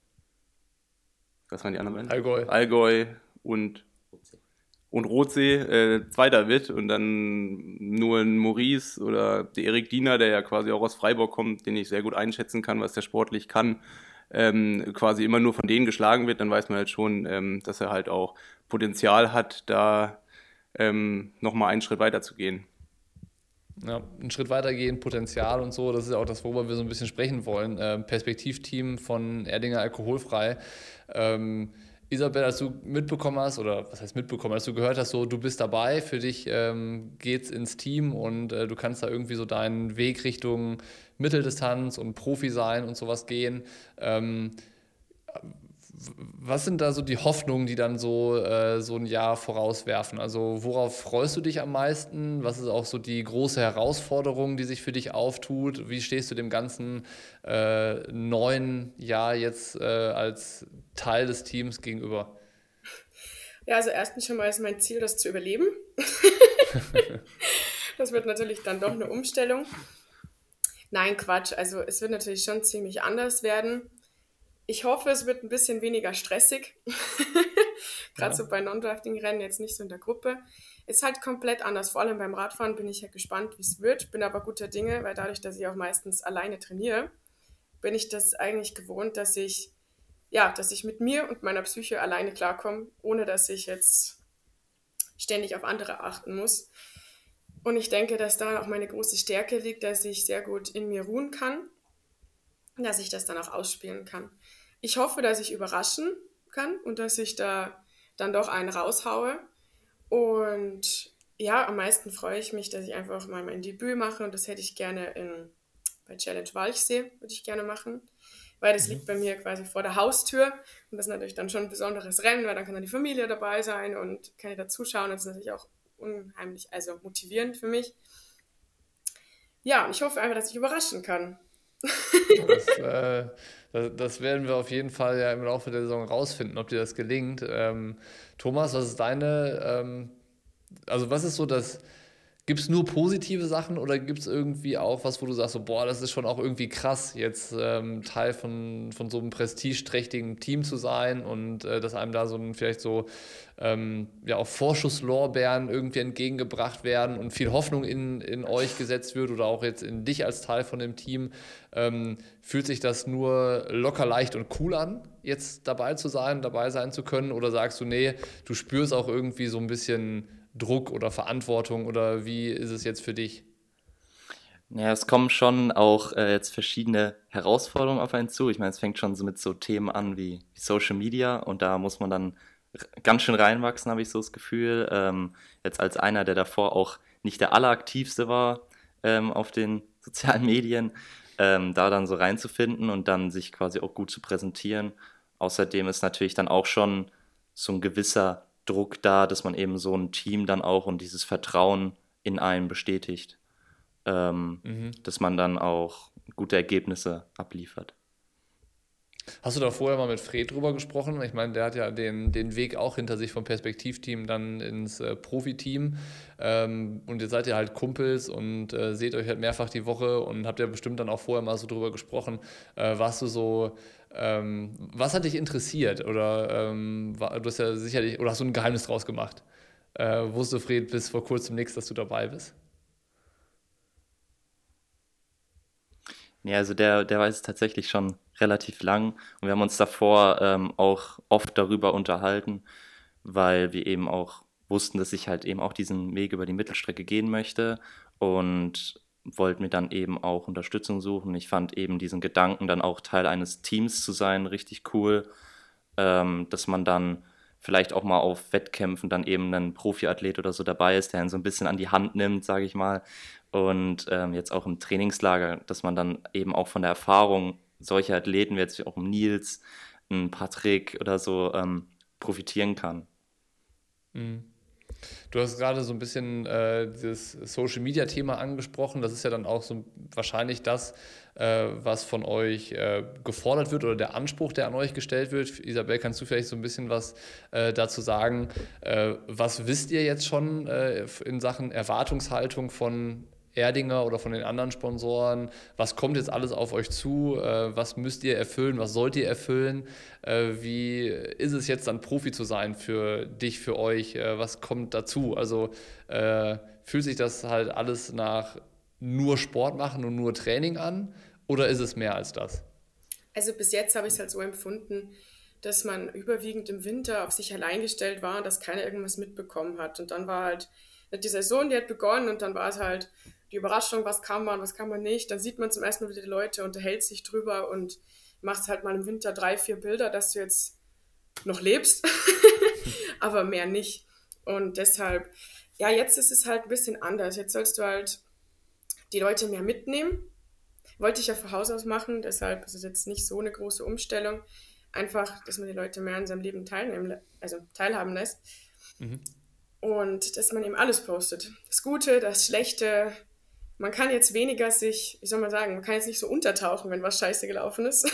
was waren die anderen beiden? Allgäu. Allgäu und und Rotsee äh, Zweiter wird und dann nur ein Maurice oder der Erik Diener, der ja quasi auch aus Freiburg kommt, den ich sehr gut einschätzen kann, was der sportlich kann, ähm, quasi immer nur von denen geschlagen wird, dann weiß man halt schon, ähm, dass er halt auch Potenzial hat, da ähm, nochmal einen Schritt weiter zu gehen. Ja, einen Schritt weitergehen, Potenzial und so, das ist ja auch das, worüber wir so ein bisschen sprechen wollen. Ähm, Perspektivteam von Erdinger Alkoholfrei. Ähm, Isabel, als du mitbekommen hast, oder was heißt mitbekommen, als du gehört hast, so du bist dabei, für dich ähm, geht's ins Team und äh, du kannst da irgendwie so deinen Weg Richtung Mitteldistanz und Profi sein und sowas gehen. Ähm, Was sind da so die Hoffnungen, die dann so, äh, so ein Jahr vorauswerfen? Also worauf freust du dich am meisten? Was ist auch so die große Herausforderung, die sich für dich auftut? Wie stehst du dem ganzen äh, neuen Jahr jetzt äh, als Teil des Teams gegenüber? Ja, also erstens schon mal ist mein Ziel, das zu überleben. Das wird natürlich dann doch eine Umstellung. Nein, Quatsch. Also es wird natürlich schon ziemlich anders werden. Ich hoffe, es wird ein bisschen weniger stressig. Gerade Ja. so bei Non-Drafting-Rennen, jetzt nicht so in der Gruppe. Ist halt komplett anders. Vor allem beim Radfahren bin ich ja gespannt, wie es wird. Bin aber guter Dinge, weil dadurch, dass ich auch meistens alleine trainiere, bin ich das eigentlich gewohnt, dass ich, ja, dass ich mit mir und meiner Psyche alleine klarkomme, ohne dass ich jetzt ständig auf andere achten muss. Und ich denke, dass da auch meine große Stärke liegt, dass ich sehr gut in mir ruhen kann, dass ich das dann auch ausspielen kann. Ich hoffe, dass ich überraschen kann und dass ich da dann doch einen raushaue. Und ja, am meisten freue ich mich, dass ich einfach mal mein Debüt mache und das hätte ich gerne in, bei Challenge Walchsee, würde ich gerne machen, weil das liegt bei mir quasi vor der Haustür und das ist natürlich dann schon ein besonderes Rennen, weil dann kann dann die Familie dabei sein und kann ich da zuschauen. Das ist natürlich auch unheimlich, also motivierend für mich. Ja, und ich hoffe einfach, dass ich überraschen kann. Das, äh, das, das werden wir auf jeden Fall ja im Laufe der Saison rausfinden, ob dir das gelingt. Ähm, Thomas, was ist deine, ähm, also was ist so das, gibt es nur positive Sachen oder gibt es irgendwie auch was, wo du sagst, so, boah, das ist schon auch irgendwie krass, jetzt ähm, Teil von, von so einem prestigeträchtigen Team zu sein und äh, dass einem da so ein, vielleicht so ähm, ja auch Vorschusslorbeeren irgendwie entgegengebracht werden und viel Hoffnung in, in euch gesetzt wird oder auch jetzt in dich als Teil von dem Team. Ähm, fühlt sich das nur locker, leicht und cool an, jetzt dabei zu sein, dabei sein zu können? Oder sagst du, nee, du spürst auch irgendwie so ein bisschen Druck oder Verantwortung oder wie ist es jetzt für dich? Ja, es kommen schon auch äh, jetzt verschiedene Herausforderungen auf einen zu. Ich meine, es fängt schon so mit so Themen an wie Social Media und da muss man dann r- ganz schön reinwachsen, habe ich so das Gefühl. Ähm, jetzt als einer, der davor auch nicht der Alleraktivste war ähm, auf den sozialen Medien, ähm, da dann so reinzufinden und dann sich quasi auch gut zu präsentieren. Außerdem ist natürlich dann auch schon so ein gewisser Druck da, dass man eben so ein Team dann auch und dieses Vertrauen in einen bestätigt, ähm, Mhm. dass man dann auch gute Ergebnisse abliefert. Hast du da vorher mal mit Fred drüber gesprochen? Ich meine, der hat ja den, den Weg auch hinter sich vom Perspektivteam dann ins äh, Profiteam. Ähm, und ihr seid ja halt Kumpels und äh, seht euch halt mehrfach die Woche und habt ja bestimmt dann auch vorher mal so drüber gesprochen. Äh, warst du so, ähm, was hat dich interessiert? Oder ähm, war, du hast ja sicherlich, oder hast du ein Geheimnis draus gemacht? Äh, wusste Fred bis vor kurzem nichts, dass du dabei bist? Ja, also der, der weiß es tatsächlich schon relativ lang und wir haben uns davor ähm, auch oft darüber unterhalten, weil wir eben auch wussten, dass ich halt eben auch diesen Weg über die Mittelstrecke gehen möchte und wollten mir dann eben auch Unterstützung suchen. Ich fand eben diesen Gedanken, dann auch Teil eines Teams zu sein, richtig cool, ähm, dass man dann vielleicht auch mal auf Wettkämpfen dann eben ein Profiathlet oder so dabei ist, der einen so ein bisschen an die Hand nimmt, sage ich mal. Und ähm, jetzt auch im Trainingslager, dass man dann eben auch von der Erfahrung solcher Athleten, wie jetzt auch ein Nils, ein Patrick oder so, ähm, profitieren kann. Mhm. Du hast gerade so ein bisschen äh, dieses Social Media Thema angesprochen. Das ist ja dann auch so wahrscheinlich das, äh, was von euch äh, gefordert wird oder der Anspruch, der an euch gestellt wird. Isabel, kannst du vielleicht so ein bisschen was äh, dazu sagen? Äh, was wisst ihr jetzt schon äh, in Sachen Erwartungshaltung von Erdinger oder von den anderen Sponsoren? Was kommt jetzt alles auf euch zu? Äh, was müsst ihr erfüllen? Was sollt ihr erfüllen? Äh, wie ist es jetzt dann Profi zu sein für dich, für euch? Äh, was kommt dazu? Also äh, fühlt sich das halt alles nach nur Sport machen und nur Training an? Oder ist es mehr als das? Also bis jetzt habe ich es halt so empfunden, dass man überwiegend im Winter auf sich allein gestellt war und dass keiner irgendwas mitbekommen hat. Und dann war halt die Saison, die hat begonnen und dann war es halt die Überraschung, was kann man, was kann man nicht. Dann sieht man zum ersten Mal wieder die Leute, unterhält sich drüber und macht halt mal im Winter drei, vier Bilder, dass du jetzt noch lebst, aber mehr nicht. Und deshalb, ja, jetzt ist es halt ein bisschen anders. Jetzt sollst du halt die Leute mehr mitnehmen. Wollte ich ja von Haus aus machen, deshalb ist es jetzt nicht so eine große Umstellung. Einfach, dass man die Leute mehr an seinem Leben teilnehmen, also teilhaben lässt. Mhm. Und dass man eben alles postet. Das Gute, das Schlechte. Man kann jetzt weniger sich, wie soll man sagen, man kann jetzt nicht so untertauchen, wenn was scheiße gelaufen ist.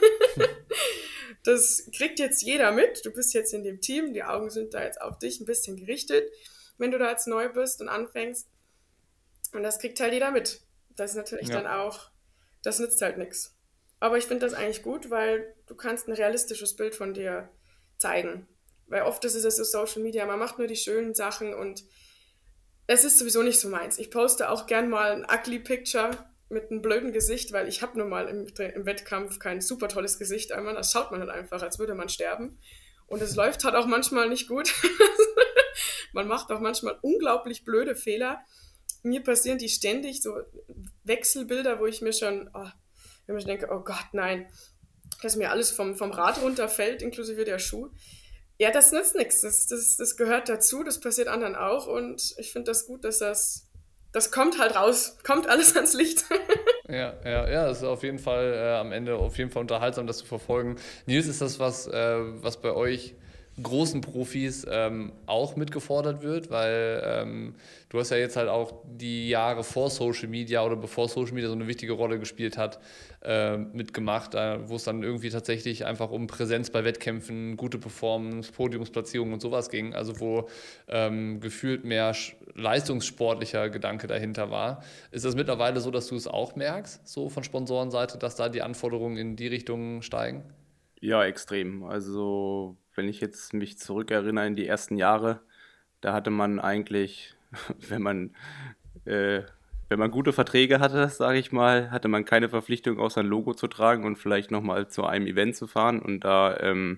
Das kriegt jetzt jeder mit. Du bist jetzt in dem Team, die Augen sind da jetzt auf dich ein bisschen gerichtet, wenn du da jetzt neu bist und anfängst. Und das kriegt halt jeder mit. Das ist natürlich Ja. dann auch, das nützt halt nichts. Aber ich finde das eigentlich gut, weil du kannst ein realistisches Bild von dir zeigen. Weil oft ist es so Social Media, man macht nur die schönen Sachen und es ist sowieso nicht so meins. Ich poste auch gern mal ein ugly Picture mit einem blöden Gesicht, weil ich habe nun mal im, im Wettkampf kein super tolles Gesicht einmal. Das schaut man halt einfach, als würde man sterben. Und es läuft halt auch manchmal nicht gut. Man macht auch manchmal unglaublich blöde Fehler. Mir passieren die ständig, so Wechselbilder, wo ich mir schon, oh, wenn ich denke, oh Gott, nein, dass mir alles vom, vom Rad runterfällt, inklusive der Schuh. Ja, das nützt nichts. Das, das, das gehört dazu, das passiert anderen auch und ich finde das gut, dass das, das kommt halt raus, kommt alles ans Licht. Ja, ja, ja, es ist auf jeden Fall äh, am Ende auf jeden Fall unterhaltsam, das zu verfolgen. Nils, ist das was, äh, was bei euch großen Profis ähm, auch mitgefordert wird? Weil ähm, du hast ja jetzt halt auch die Jahre vor Social Media oder bevor Social Media so eine wichtige Rolle gespielt hat, äh, mitgemacht, äh, wo es dann irgendwie tatsächlich einfach um Präsenz bei Wettkämpfen, gute Performance, Podiumsplatzierungen und sowas ging. Also wo ähm, gefühlt mehr sch- leistungssportlicher Gedanke dahinter war. Ist das mittlerweile so, dass du es auch merkst, so von Sponsorenseite, dass da die Anforderungen in die Richtung steigen? Ja, extrem. Also, wenn ich jetzt mich zurückerinnere in die ersten Jahre, da hatte man eigentlich, wenn man, äh, wenn man gute Verträge hatte, sage ich mal, hatte man keine Verpflichtung, außer ein Logo zu tragen und vielleicht nochmal zu einem Event zu fahren und da, ähm,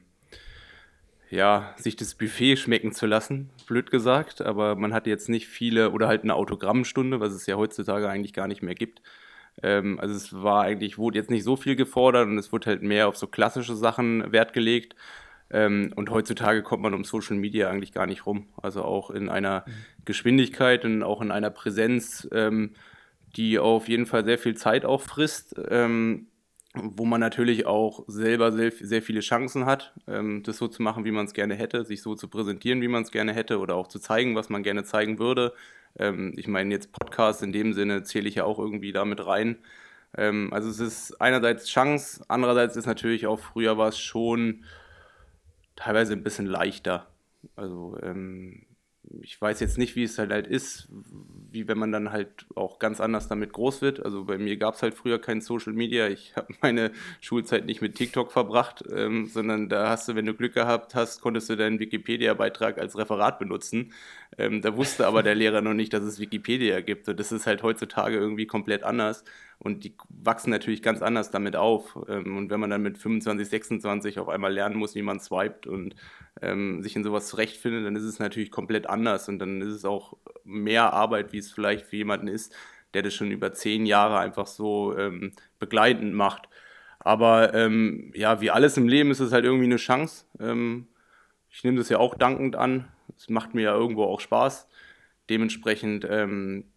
ja, sich das Buffet schmecken zu lassen, blöd gesagt. Aber man hatte jetzt nicht viele oder halt eine Autogrammstunde, was es ja heutzutage eigentlich gar nicht mehr gibt. Ähm, also es war eigentlich, wurde jetzt nicht so viel gefordert und es wurde halt mehr auf so klassische Sachen Wert gelegt. Ähm, und heutzutage kommt man um Social Media eigentlich gar nicht rum. Also auch in einer Geschwindigkeit und auch in einer Präsenz, ähm, die auf jeden Fall sehr viel Zeit auch frisst. Ähm, wo man natürlich auch selber sehr, sehr viele Chancen hat, ähm, das so zu machen, wie man es gerne hätte, sich so zu präsentieren, wie man es gerne hätte oder auch zu zeigen, was man gerne zeigen würde. Ähm, ich meine, jetzt Podcast in dem Sinne zähle ich ja auch irgendwie damit rein. Ähm, also es ist einerseits Chance, andererseits ist natürlich auch, früher war es schon teilweise ein bisschen leichter. Also ähm, ich weiß jetzt nicht, wie es halt halt ist, wie wenn man dann halt auch ganz anders damit groß wird. Also bei mir gab es halt früher kein Social Media. Ich habe meine Schulzeit nicht mit TikTok verbracht, ähm, sondern da hast du, wenn du Glück gehabt hast, konntest du deinen Wikipedia-Beitrag als Referat benutzen. Ähm, da wusste aber der Lehrer noch nicht, dass es Wikipedia gibt. Und das ist halt heutzutage irgendwie komplett anders. Und die wachsen natürlich ganz anders damit auf. Ähm, und wenn man dann mit fünfundzwanzig, sechsundzwanzig auf einmal lernen muss, wie man swiped und ähm, sich in sowas zurechtfindet, dann ist es natürlich komplett anders. Und dann ist es auch mehr Arbeit, wie es vielleicht für jemanden ist, der das schon über zehn Jahre einfach so ähm, begleitend macht. Aber ähm, ja, wie alles im Leben ist es halt irgendwie eine Chance. Ähm, ich nehme das ja auch dankend an. Es macht mir ja irgendwo auch Spaß. Dementsprechend, ähm,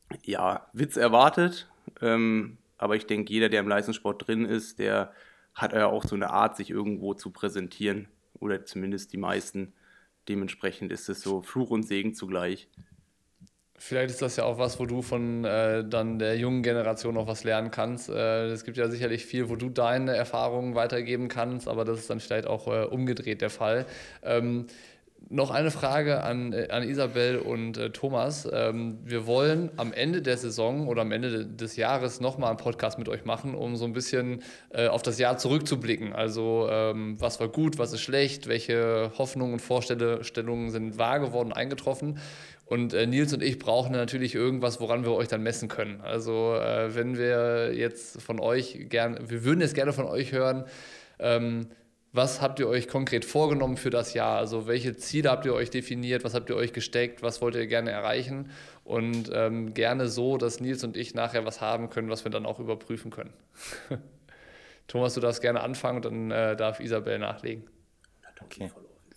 ja, Witz erwartet. Ähm, aber ich denke, jeder, der im Leistungssport drin ist, der hat ja auch so eine Art, sich irgendwo zu präsentieren. Oder zumindest die meisten. Dementsprechend ist es so Fluch und Segen zugleich. Vielleicht ist das ja auch was, wo du von äh, dann der jungen Generation noch was lernen kannst. Äh, es gibt ja sicherlich viel, wo du deine Erfahrungen weitergeben kannst, aber das ist dann vielleicht auch äh, umgedreht der Fall. Ähm, noch eine Frage an, äh, an Isabel und äh, Thomas. Ähm, wir wollen am Ende der Saison oder am Ende de- des Jahres nochmal einen Podcast mit euch machen, um so ein bisschen äh, auf das Jahr zurückzublicken. Also ähm, was war gut, was ist schlecht, welche Hoffnungen und Vorstellungen sind wahr geworden, eingetroffen. Und äh, Nils und ich brauchen natürlich irgendwas, woran wir euch dann messen können. Also äh, wenn wir jetzt von euch gern, wir würden jetzt gerne von euch hören, ähm, was habt ihr euch konkret vorgenommen für das Jahr? Also welche Ziele habt ihr euch definiert? Was habt ihr euch gesteckt? Was wollt ihr gerne erreichen? Und ähm, gerne so, dass Nils und ich nachher was haben können, was wir dann auch überprüfen können. Thomas, du darfst gerne anfangen und dann äh, darf Isabel nachlegen. Okay.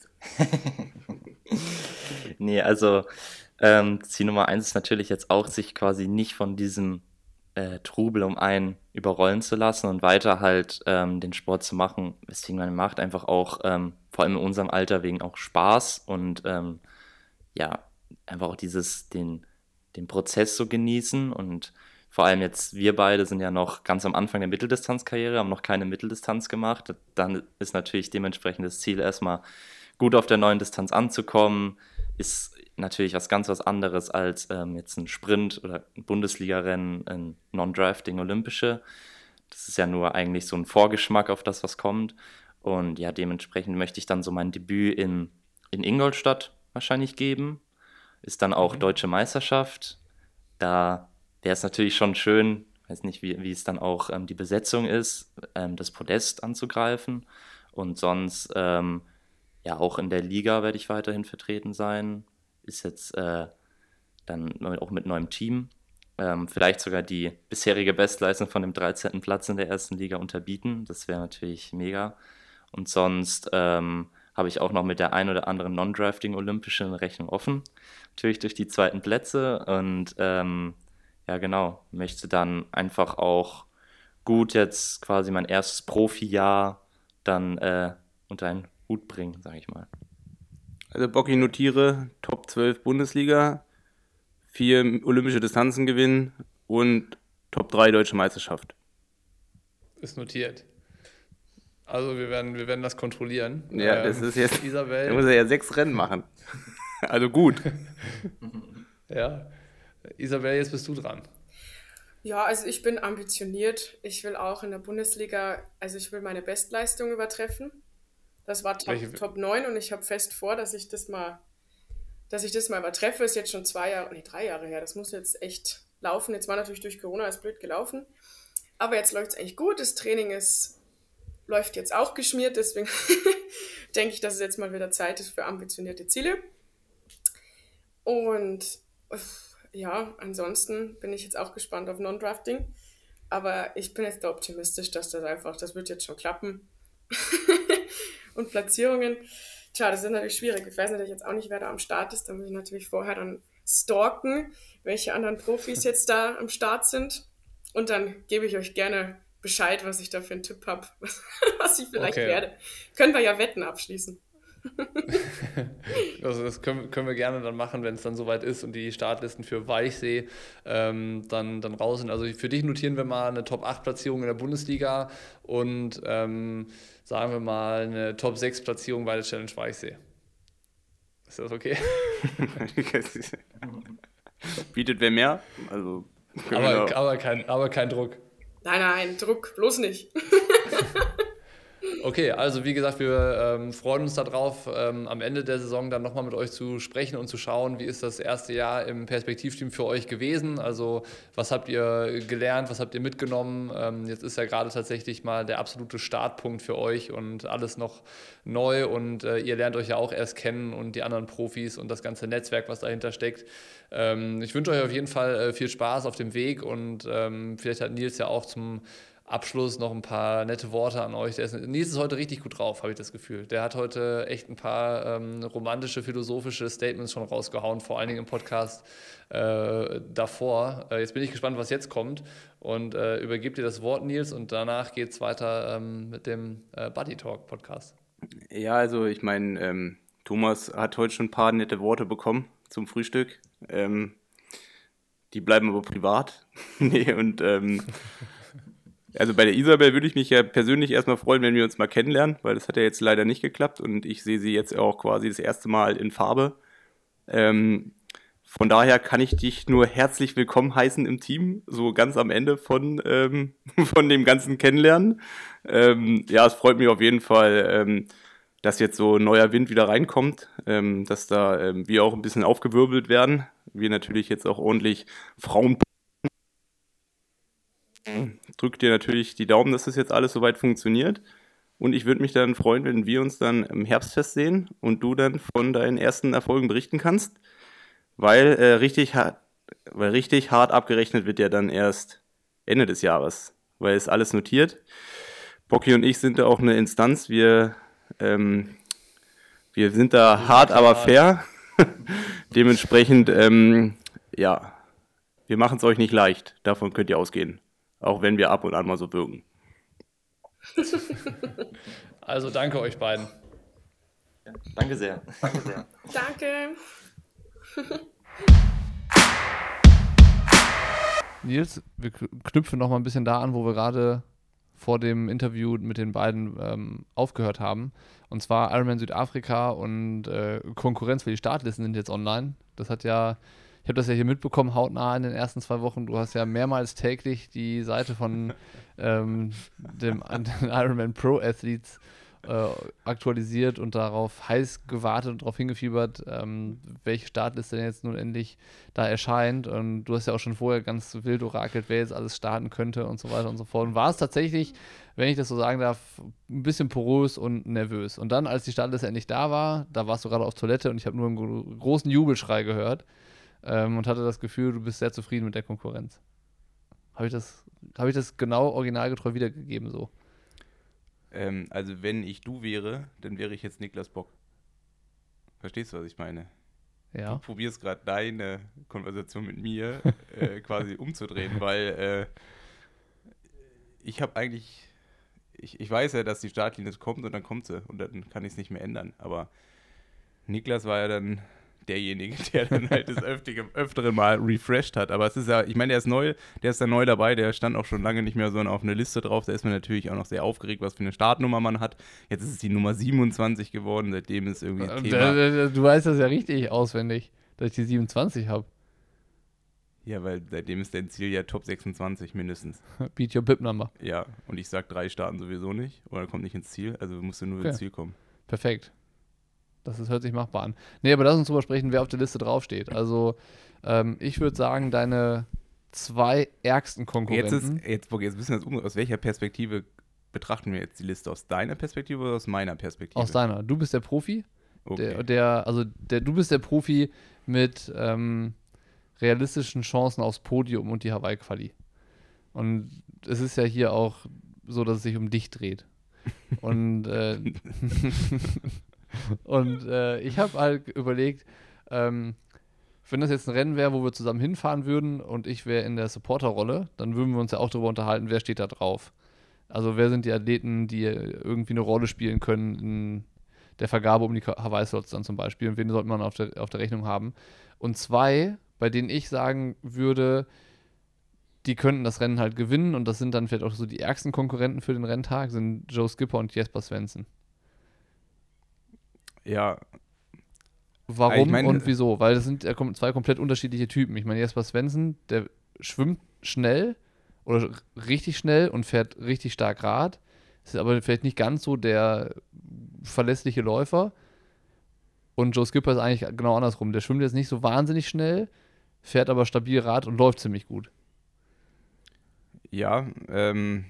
Nee, also ähm, Ziel Nummer eins ist natürlich jetzt auch, sich quasi nicht von diesem äh, Trubel um einen überrollen zu lassen und weiter halt ähm, den Sport zu machen, weswegen man macht, einfach auch, ähm, vor allem in unserem Alter, wegen auch Spaß und ähm, ja, einfach auch dieses, den, den Prozess so genießen und vor allem jetzt, wir beide sind ja noch ganz am Anfang der Mitteldistanzkarriere, haben noch keine Mitteldistanz gemacht. Dann ist natürlich dementsprechend das Ziel, erstmal gut auf der neuen Distanz anzukommen. Ist natürlich was ganz was anderes als ähm, jetzt ein Sprint oder ein Bundesliga-Rennen, ein Non-Drafting Olympische. Das ist ja nur eigentlich so ein Vorgeschmack auf das, was kommt. Und ja, dementsprechend möchte ich dann so mein Debüt in, in Ingolstadt wahrscheinlich geben. Ist dann auch Mhm. Deutsche Meisterschaft. Da wäre es natürlich schon schön, weiß nicht, wie, wie es dann auch ähm, die Besetzung ist, ähm, das Podest anzugreifen. Und sonst, ähm, ja, auch in der Liga werde ich weiterhin vertreten sein. Ist jetzt äh, dann auch mit neuem Team. Ähm, vielleicht sogar die bisherige Bestleistung von dem dreizehnten Platz in der ersten Liga unterbieten. Das wäre natürlich mega. Und sonst ähm, habe ich auch noch mit der ein oder anderen Non-Drafting-Olympischen Rechnung offen. Natürlich durch die zweiten Plätze. Und ähm, ja, genau, möchte dann einfach auch gut jetzt quasi mein erstes Profi-Jahr dann äh, unter einen Hut bringen, sage ich mal. Also Bocki, notiere, Top zwölf Bundesliga, vier olympische Distanzen gewinnen und Top drei Deutsche Meisterschaft. Ist notiert. Also wir werden, wir werden das kontrollieren. Ja, das ist jetzt, da Isabel, muss er ja sechs Rennen machen. Also gut. ja. Isabel, jetzt bist du dran. Ja, also ich bin ambitioniert. Ich will auch in der Bundesliga, also ich will meine Bestleistung übertreffen. Das war Top, Welche- Top neun und ich habe fest vor, dass ich das mal, dass ich das mal übertreffe. Ist jetzt schon zwei Jahre, nee, drei Jahre her. Das muss jetzt echt laufen. Jetzt war natürlich durch Corona ist blöd gelaufen. Aber jetzt läuft es eigentlich gut. Das Training ist, läuft jetzt auch geschmiert. Deswegen denke ich, dass es jetzt mal wieder Zeit ist für ambitionierte Ziele. Und uff, ja, ansonsten bin ich jetzt auch gespannt auf Non-Drafting. Aber ich bin jetzt da optimistisch, dass das einfach, das wird jetzt schon klappen. Und Platzierungen, tja, das ist natürlich schwierig. Ich weiß natürlich jetzt auch nicht, wer da am Start ist. Da muss ich natürlich vorher dann stalken, welche anderen Profis jetzt da am Start sind. Und dann gebe ich euch gerne Bescheid, was ich da für einen Tipp habe, was, was ich vielleicht Okay. werde. Können wir ja Wetten abschließen. Also das können, können wir gerne dann machen, wenn es dann soweit ist und die Startlisten für Weichsee ähm, dann, dann raus sind. Also für dich notieren wir mal eine Top acht Platzierung in der Bundesliga und ähm, sagen wir mal eine Top sechs Platzierung bei der Challenge Weichsee. Ist das okay? Bietet wer mehr? Also, können wir Aber, da- aber, kein, aber kein Druck. Nein, nein, Druck, bloß nicht. Okay, also wie gesagt, wir ähm, freuen uns darauf, ähm, am Ende der Saison dann nochmal mit euch zu sprechen und zu schauen, wie ist das erste Jahr im Perspektivteam für euch gewesen. Also was habt ihr gelernt, was habt ihr mitgenommen? Ähm, jetzt ist ja gerade tatsächlich mal der absolute Startpunkt für euch und alles noch neu und äh, ihr lernt euch ja auch erst kennen und die anderen Profis und das ganze Netzwerk, was dahinter steckt. Ähm, ich wünsche euch auf jeden Fall äh, viel Spaß auf dem Weg und ähm, vielleicht hat Nils ja auch zum Abschluss noch ein paar nette Worte an euch. Der ist, Nils ist heute richtig gut drauf, habe ich das Gefühl. Der hat heute echt ein paar ähm, romantische, philosophische Statements schon rausgehauen, vor allen Dingen im Podcast äh, davor. Äh, jetzt bin ich gespannt, was jetzt kommt und äh, übergebe dir das Wort, Nils, und danach geht es weiter ähm, mit dem äh, Buddy Talk Podcast. Ja, also ich meine, ähm, Thomas hat heute schon ein paar nette Worte bekommen zum Frühstück. Ähm, die bleiben aber privat. Nee, und ähm, also bei der Isabel würde ich mich ja persönlich erstmal freuen, wenn wir uns mal kennenlernen, weil das hat ja jetzt leider nicht geklappt und ich sehe sie jetzt auch quasi das erste Mal in Farbe. Ähm, von daher kann ich dich nur herzlich willkommen heißen im Team, so ganz am Ende von, ähm, von dem ganzen Kennenlernen. Ähm, ja, es freut mich auf jeden Fall, ähm, dass jetzt so neuer Wind wieder reinkommt, ähm, dass da ähm, wir auch ein bisschen aufgewirbelt werden. Wir natürlich jetzt auch ordentlich Frauen. Drück dir natürlich die Daumen, dass das jetzt alles soweit funktioniert. Und ich würde mich dann freuen, wenn wir uns dann im Herbstfest sehen und du dann von deinen ersten Erfolgen berichten kannst. Weil, äh, richtig, hart, weil richtig hart abgerechnet wird ja dann erst Ende des Jahres. Weil es alles notiert. Bocky und ich sind da auch eine Instanz. Wir, ähm, wir sind da Wir hart, sind aber hart. fair. Dementsprechend, ähm, ja, wir machen es euch nicht leicht. Davon könnt ihr ausgehen. Auch wenn wir ab und an mal so wirken. Also danke euch beiden. Danke sehr. Danke sehr. Danke. Nils, wir kn- knüpfen noch mal ein bisschen da an, wo wir gerade vor dem Interview mit den beiden ähm, aufgehört haben. Und zwar Ironman Südafrika und äh, Konkurrenz für die Startlisten sind jetzt online. Das hat ja, ich habe das ja hier mitbekommen, hautnah in den ersten zwei Wochen. Du hast ja mehrmals täglich die Seite von ähm, dem den Ironman Pro Athletes äh, aktualisiert und darauf heiß gewartet und darauf hingefiebert, ähm, welche Startliste denn jetzt nun endlich da erscheint. Und du hast ja auch schon vorher ganz wild orakelt, wer jetzt alles starten könnte und so weiter und so fort. Und war es tatsächlich, wenn ich das so sagen darf, ein bisschen porös und nervös. Und dann, als die Startliste endlich da war, da warst du gerade auf Toilette und ich habe nur einen gro- großen Jubelschrei gehört ähm, und hatte das Gefühl, du bist sehr zufrieden mit der Konkurrenz. Habe ich das, habe ich das genau originalgetreu wiedergegeben so? Ähm, also wenn ich du wäre, dann wäre ich jetzt Niklas Bock. Verstehst du, was ich meine? Du Ja. probierst gerade deine Konversation mit mir äh, quasi umzudrehen, weil äh, ich habe eigentlich, ich, ich weiß ja, dass die Startlinie kommt und dann kommt sie und dann kann ich es nicht mehr ändern. Aber Niklas war ja dann derjenige, der dann halt das öftere, öftere Mal refreshed hat. Aber es ist ja, ich meine, der ist neu, der ist da neu dabei, der stand auch schon lange nicht mehr so auf einer Liste drauf. Da ist man natürlich auch noch sehr aufgeregt, was für eine Startnummer man hat. Jetzt ist es die Nummer siebenundzwanzig geworden, seitdem ist irgendwie ein Äh, Thema. äh, Du weißt das ja richtig auswendig, dass ich die siebenundzwanzig habe. Ja, weil seitdem ist dein Ziel ja Top sechsundzwanzig mindestens. Beat your Pip Number. Ja, und ich sag, drei starten sowieso nicht oder kommt nicht ins Ziel, also musst du nur Okay. ins Ziel kommen. Perfekt. Das ist, hört sich machbar an. Nee, aber lass uns drüber sprechen, wer auf der Liste draufsteht. Also, ähm, ich würde sagen, deine zwei ärgsten Jetzt Konkurrenten. ist, jetzt, okay, jetzt wissen wir das um, aus welcher Perspektive betrachten wir jetzt die Liste? Aus deiner Perspektive oder aus meiner Perspektive? Aus deiner. Du bist der Profi. Okay. Der, der, also der, du bist der Profi mit ähm, realistischen Chancen aufs Podium und die Hawaii-Quali. Und es ist ja hier auch so, dass es sich um dich dreht. Und, äh, und äh, ich habe halt überlegt, ähm, wenn das jetzt ein Rennen wäre, wo wir zusammen hinfahren würden und ich wäre in der Supporterrolle, dann würden wir uns ja auch darüber unterhalten, wer steht da drauf. Also wer sind die Athleten, die irgendwie eine Rolle spielen können in der Vergabe um die Hawaii-Slots dann zum Beispiel und wen sollte man auf der, auf der Rechnung haben. Und zwei, bei denen ich sagen würde, die könnten das Rennen halt gewinnen und das sind dann vielleicht auch so die ärgsten Konkurrenten für den Renntag, sind Joe Skipper und Jesper Svensson. Ja. Warum Ich mein, und wieso? Weil das sind ja kom- zwei komplett unterschiedliche Typen. Ich meine, Jesper Svensson, der schwimmt schnell oder richtig schnell und fährt richtig stark Rad. Ist aber vielleicht nicht ganz so der verlässliche Läufer. Und Joe Skipper ist eigentlich genau andersrum. Der schwimmt jetzt nicht so wahnsinnig schnell, fährt aber stabil Rad und läuft ziemlich gut. Ja, ähm,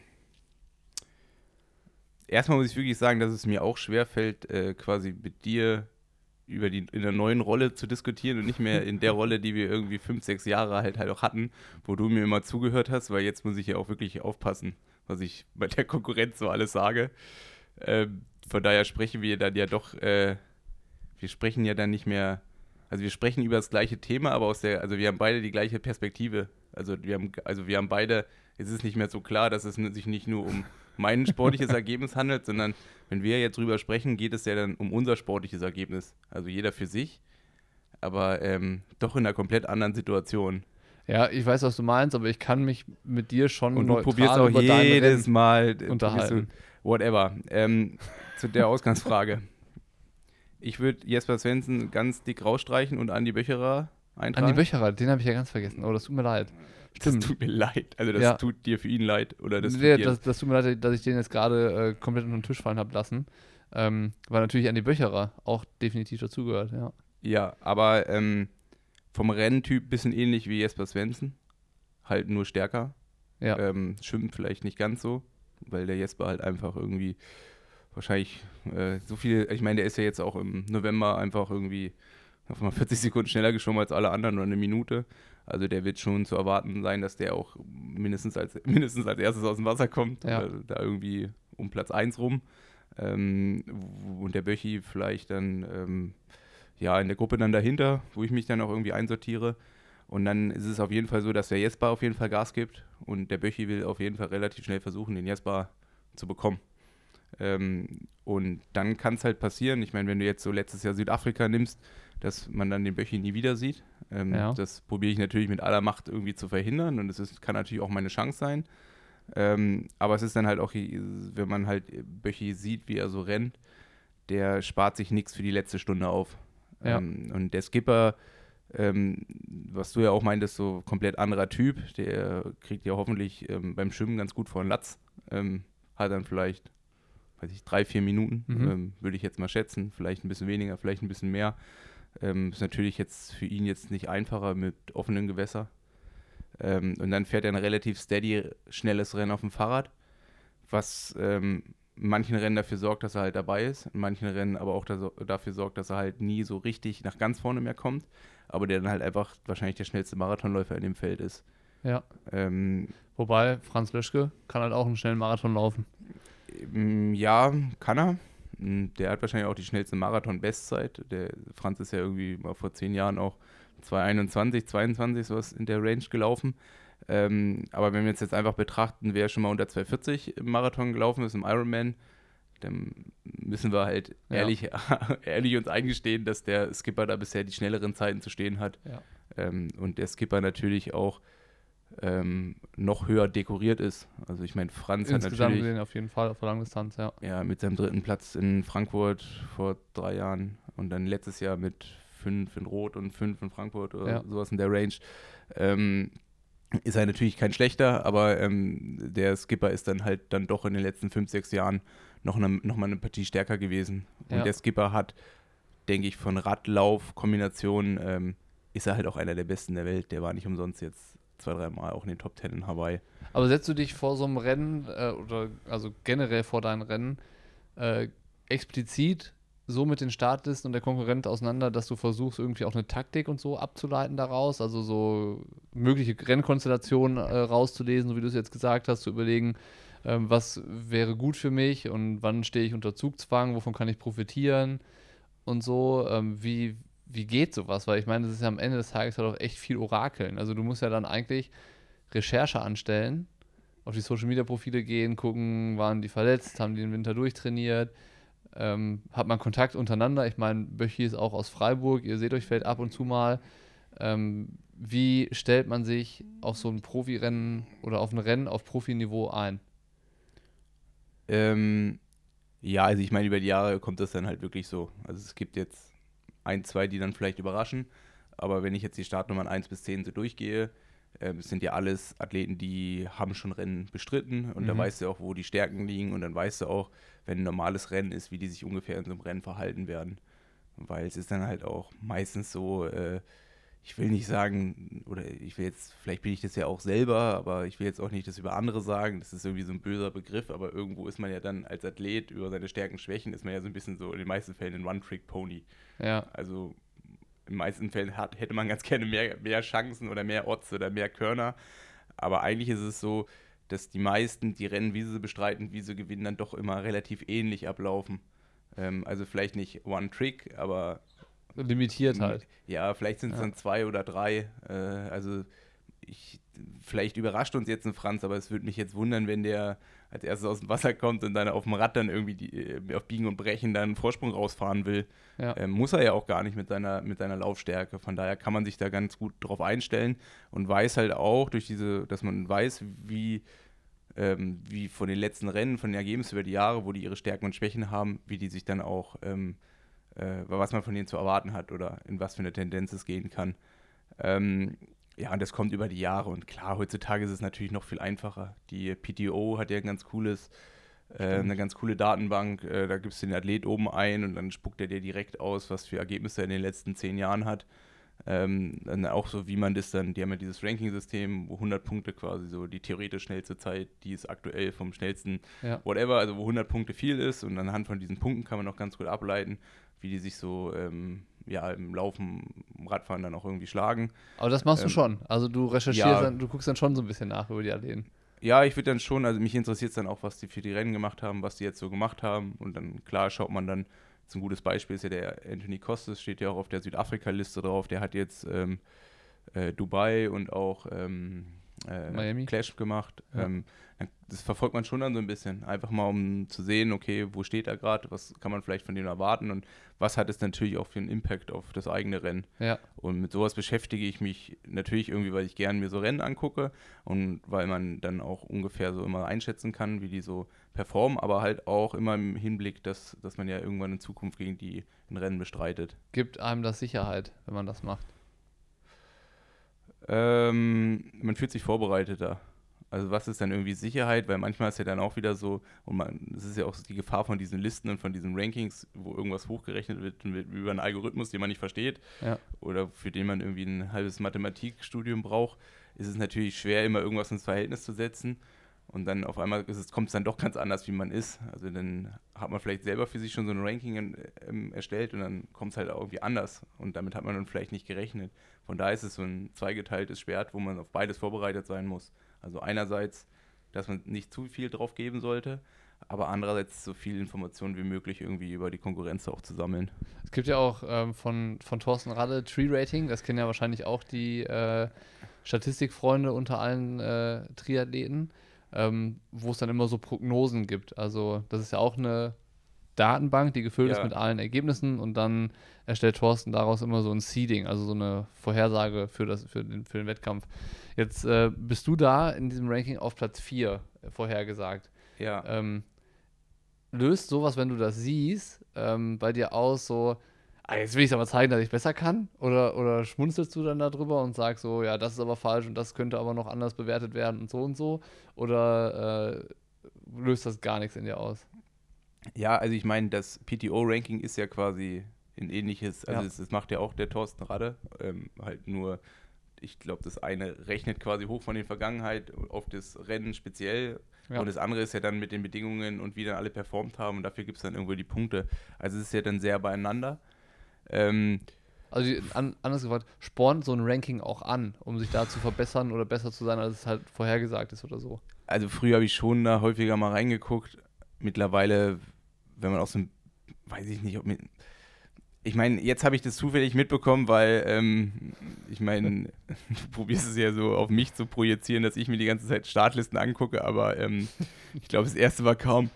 erstmal muss ich wirklich sagen, dass es mir auch schwerfällt, äh, quasi mit dir über die in der neuen Rolle zu diskutieren und nicht mehr in der Rolle, die wir irgendwie fünf, sechs Jahre halt halt auch hatten, wo du mir immer zugehört hast, weil jetzt muss ich ja auch wirklich aufpassen, was ich bei der Konkurrenz so alles sage. Ähm, von daher sprechen wir dann ja doch, äh, wir sprechen ja dann nicht mehr, also wir sprechen über das gleiche Thema, aber aus der, also wir haben beide die gleiche Perspektive. Also wir haben, also wir haben beide, es ist nicht mehr so klar, dass es sich nicht nur um mein sportliches Ergebnis handelt, sondern wenn wir jetzt drüber sprechen, geht es ja dann um unser sportliches Ergebnis. Also jeder für sich, aber ähm, doch in einer komplett anderen Situation. Ja, ich weiß, was du meinst, aber ich kann mich mit dir schon Und du neutral probierst auch über dein jedes Rennen Mal, äh, unterhalten. probierst du, whatever. Ähm, zu der Ausgangsfrage. Ich würde Jesper Svensson ganz dick rausstreichen und Andi Böcherer eintragen. Andi Böcherer, den habe ich ja ganz vergessen. Oh, das tut mir leid. Das Stimmt. tut mir leid. Also das Ja. tut dir für ihn leid. Oder das Nee, tut dir das, das tut mir leid, dass ich den jetzt gerade äh, komplett unter den Tisch fallen habe lassen. Ähm, weil natürlich Andi Böcherer auch definitiv dazugehört, ja. Ja, aber ähm, vom Renntyp bisschen ähnlich wie Jesper Svensson. Halt nur stärker. Ja. Ähm, schwimmt vielleicht nicht ganz so, weil der Jesper halt einfach irgendwie wahrscheinlich äh, so viel, ich meine, der ist ja jetzt auch im November einfach irgendwie auf mal vierzig Sekunden schneller geschwommen als alle anderen oder eine Minute. Also der wird schon zu erwarten sein, dass der auch mindestens als, mindestens als erstes aus dem Wasser kommt. Ja. Oder da irgendwie um Platz eins rum. Ähm, und der Böchi vielleicht dann ähm, ja in der Gruppe dann dahinter, wo ich mich dann auch irgendwie einsortiere. Und dann ist es auf jeden Fall so, dass der Jesper auf jeden Fall Gas gibt und der Böchi will auf jeden Fall relativ schnell versuchen, den Jesper zu bekommen. Ähm, und dann kann es halt passieren, ich meine, wenn du jetzt so letztes Jahr Südafrika nimmst, dass man dann den Böchi nie wieder sieht. Ähm, Ja. Das probiere ich natürlich mit aller Macht irgendwie zu verhindern und es kann natürlich auch meine Chance sein. Ähm, aber es ist dann halt auch, wenn man halt Böchi sieht, wie er so rennt, der spart sich nichts für die letzte Stunde auf. Ja. Ähm, und der Skipper, ähm, was du ja auch meintest, so komplett anderer Typ, der kriegt ja hoffentlich ähm, beim Schwimmen ganz gut vor den Latz. Ähm, hat dann vielleicht, weiß ich, drei, vier Minuten, Mhm. ähm, würde ich jetzt mal schätzen. Vielleicht ein bisschen weniger, vielleicht ein bisschen mehr. Ähm, ist natürlich jetzt für ihn jetzt nicht einfacher mit offenen Gewässer. Ähm, und dann fährt er ein relativ steady, schnelles Rennen auf dem Fahrrad, was ähm, in manchen Rennen dafür sorgt, dass er halt dabei ist, in manchen Rennen aber auch da, dafür sorgt, dass er halt nie so richtig nach ganz vorne mehr kommt, aber der dann halt einfach wahrscheinlich der schnellste Marathonläufer in dem Feld ist. Ja. Ähm, Wobei, Franz Löschke kann halt auch einen schnellen Marathon laufen. ähm, ja, kann er. Mm, Der hat wahrscheinlich auch die schnellste Marathon-Bestzeit. Der Franz ist ja irgendwie mal vor zehn Jahren auch zwei einundzwanzig, zweiundzwanzig sowas in der Range gelaufen. Ähm, aber wenn wir uns jetzt einfach betrachten, wer schon mal unter zwei vierzig im Marathon gelaufen ist, im Ironman, dann müssen wir halt Ja. ehrlich, ehrlich uns eingestehen, dass der Skipper da bisher die schnelleren Zeiten zu stehen hat. Ja. Ähm, und der Skipper natürlich auch ähm, noch höher dekoriert ist. Also ich meine, Franz hat Insgesamt natürlich gesehen auf jeden Fall auf der Langdistanz, ja. ja, mit seinem dritten Platz in Frankfurt vor drei Jahren und dann letztes Jahr mit fünf in Rot und fünf in Frankfurt oder Ja. sowas in der Range. Ähm, ist er natürlich kein schlechter, aber ähm, der Skipper ist dann halt dann doch in den letzten fünf, sechs Jahren noch, eine, noch mal eine Partie stärker gewesen. Und Ja. der Skipper hat, denke ich, von Radlauf-Kombinationen ähm, ist er halt auch einer der besten der Welt. Der war nicht umsonst jetzt zwei, dreimal auch in den Top Ten in Hawaii. Aber setzt du dich vor so einem Rennen äh, oder also generell vor deinen Rennen äh, explizit so mit den Startlisten und der Konkurrent auseinander, dass du versuchst, irgendwie auch eine Taktik und so abzuleiten daraus, also so mögliche Rennkonstellationen äh, rauszulesen, so wie du es jetzt gesagt hast, zu überlegen, ähm, was wäre gut für mich und wann stehe ich unter Zugzwang, wovon kann ich profitieren und so, ähm, wie, wie geht sowas? Weil ich meine, das ist ja am Ende des Tages halt auch echt viel Orakeln. Also du musst ja dann eigentlich Recherche anstellen auf die Social-Media-Profile gehen, gucken, waren die verletzt, haben die den Winter durchtrainiert, ähm, hat man Kontakt untereinander. Ich meine, Böchi ist auch aus Freiburg, ihr seht euch vielleicht ab und zu mal. Ähm, wie stellt man sich auf so ein Profirennen oder auf ein Rennen auf Profiniveau ein? Ähm, ja, also ich meine, über die Jahre kommt das dann halt wirklich so. Also es gibt jetzt ein, zwei, die dann vielleicht überraschen, aber wenn ich jetzt die Startnummern eins bis zehn so durchgehe, äh, es sind ja alles Athleten, die haben schon Rennen bestritten und Mhm. da weißt du auch, wo die Stärken liegen und dann weißt du auch, wenn ein normales Rennen ist, wie die sich ungefähr in so einem Rennen verhalten werden. Weil es ist dann halt auch meistens so, äh, ich will nicht sagen, oder ich will jetzt, vielleicht bin ich das ja auch selber, aber ich will jetzt auch nicht das über andere sagen, das ist irgendwie so ein böser Begriff, aber irgendwo ist man ja dann als Athlet über seine Stärken, Schwächen, ist man ja so ein bisschen so in den meisten Fällen ein One-Trick-Pony. Ja, Also in den meisten Fällen hat, hätte man ganz gerne mehr, mehr Chancen oder mehr Odds oder mehr Körner, aber eigentlich ist es so, dass die meisten, die Rennen, wie sie bestreiten, wie sie gewinnen, dann doch immer relativ ähnlich ablaufen. Ähm, also vielleicht nicht One-Trick, aber limitiert halt. ja, vielleicht sind es Ja. dann zwei oder drei. Äh, also ich, vielleicht überrascht uns jetzt ein Franz, aber es würde mich jetzt wundern, wenn der als erstes aus dem Wasser kommt und dann auf dem Rad dann irgendwie die, äh, auf Biegen und Brechen dann einen Vorsprung rausfahren will. Ja. Ähm, muss er ja auch gar nicht mit seiner, mit seiner Laufstärke. Von daher kann man sich da ganz gut drauf einstellen und weiß halt auch durch diese, dass man weiß, wie ähm, wie von den letzten Rennen, von den Ergebnissen über die Jahre, wo die ihre Stärken und Schwächen haben, wie die sich dann auch ähm, äh, was man von denen zu erwarten hat oder in was für eine Tendenz es gehen kann. Ähm, ja, und das kommt über die Jahre und klar, heutzutage ist es natürlich noch viel einfacher. Die P T O hat ja ein ganz cooles, äh, eine ganz coole Datenbank, äh, da gibst du den Athlet oben ein und dann spuckt er dir direkt aus, was für Ergebnisse er in den letzten zehn Jahren hat. Ähm, dann auch so, wie man das dann, die haben ja dieses Ranking-System, wo hundert Punkte quasi so die theoretisch schnellste Zeit, die ist aktuell vom schnellsten Ja. whatever, also wo hundert Punkte viel ist und anhand von diesen Punkten kann man auch ganz gut ableiten, wie die sich so ähm, ja, im Laufen, im Radfahren dann auch irgendwie schlagen. Aber das machst du Ähm, schon. Also du recherchierst ja. dann, du guckst dann schon so ein bisschen nach über die Athleten. Ja, ich würde dann schon, also mich interessiert es dann auch, was die für die Rennen gemacht haben, was die jetzt so gemacht haben und dann, klar, schaut man dann, jetzt ein gutes Beispiel ist ja der Anthony Costes, steht ja auch auf der Südafrika-Liste drauf, der hat jetzt ähm, äh, Dubai und auch ähm, äh, Miami. Clash gemacht. Ja. Ähm, das verfolgt man schon dann so ein bisschen, einfach mal um zu sehen, okay, wo steht er gerade, was kann man vielleicht von dem erwarten und was hat es natürlich auch für einen Impact auf das eigene Rennen. Ja. Und mit sowas beschäftige ich mich natürlich irgendwie, weil ich gerne mir so Rennen angucke und weil man dann auch ungefähr so immer einschätzen kann, wie die so performen, aber halt auch immer im Hinblick, dass, dass man ja irgendwann in Zukunft gegen die ein Rennen bestreitet. Gibt einem das Sicherheit, wenn man das macht. Ähm, man fühlt sich vorbereiteter. Also was ist dann irgendwie Sicherheit, weil manchmal ist ja dann auch wieder so, und man, das ist ja auch die Gefahr von diesen Listen und von diesen Rankings, wo irgendwas hochgerechnet wird über einen Algorithmus, den man nicht versteht Ja. oder für den man irgendwie ein halbes Mathematikstudium braucht, ist es natürlich schwer, immer irgendwas ins Verhältnis zu setzen und dann auf einmal ist es, kommt es dann doch ganz anders, wie man ist. Also dann hat man vielleicht selber für sich schon so ein Ranking ähm, erstellt und dann kommt es halt auch irgendwie anders und damit hat man dann vielleicht nicht gerechnet. Von daher ist es so ein zweigeteiltes Schwert, wo man auf beides vorbereitet sein muss. Also einerseits, dass man nicht zu viel drauf geben sollte, aber andererseits so viel Informationen wie möglich irgendwie über die Konkurrenz auch zu sammeln. Es gibt ja auch ähm, von, von Thorsten Radde Tree Rating, das kennen ja wahrscheinlich auch die äh, Statistikfreunde unter allen äh, Triathleten, ähm, wo es dann immer so Prognosen gibt. Also das ist ja auch eine Datenbank, die gefüllt Ja. ist mit allen Ergebnissen und dann erstellt Thorsten daraus immer so ein Seeding, also so eine Vorhersage für, das, für, den, für den Wettkampf. Jetzt äh, bist du da in diesem Ranking auf Platz vier äh, vorhergesagt. Ja. Ähm, löst sowas, wenn du das siehst, ähm, bei dir aus, so, ah, jetzt will ich es aber zeigen, dass ich besser kann? Oder, oder schmunzelst du dann darüber und sagst so, ja, das ist aber falsch und das könnte aber noch anders bewertet werden und so und so? Oder äh, löst das gar nichts in dir aus? Ja, also ich meine, das P T O-Ranking ist ja quasi ein ähnliches, also Ja. das, das macht ja auch der Thorsten Radde, ähm, halt nur, ich glaube, das eine rechnet quasi hoch von der Vergangenheit auf das Rennen speziell Ja. und das andere ist ja dann mit den Bedingungen und wie dann alle performt haben und dafür gibt es dann irgendwo die Punkte. Also es ist ja dann sehr beieinander. Ähm, Also die, an, anders gefragt, spornt so ein Ranking auch an, um sich da zu verbessern oder besser zu sein, als es halt vorhergesagt ist oder so? also früher habe ich schon da häufiger mal reingeguckt. Mittlerweile, wenn man auch so ein, weiß ich nicht, ob mit, ich meine, jetzt habe ich das zufällig mitbekommen, weil, ähm, ich meine, du probierst es ja so auf mich zu projizieren, dass ich mir die ganze Zeit Startlisten angucke, aber ähm, ich glaube, das erste war kaum,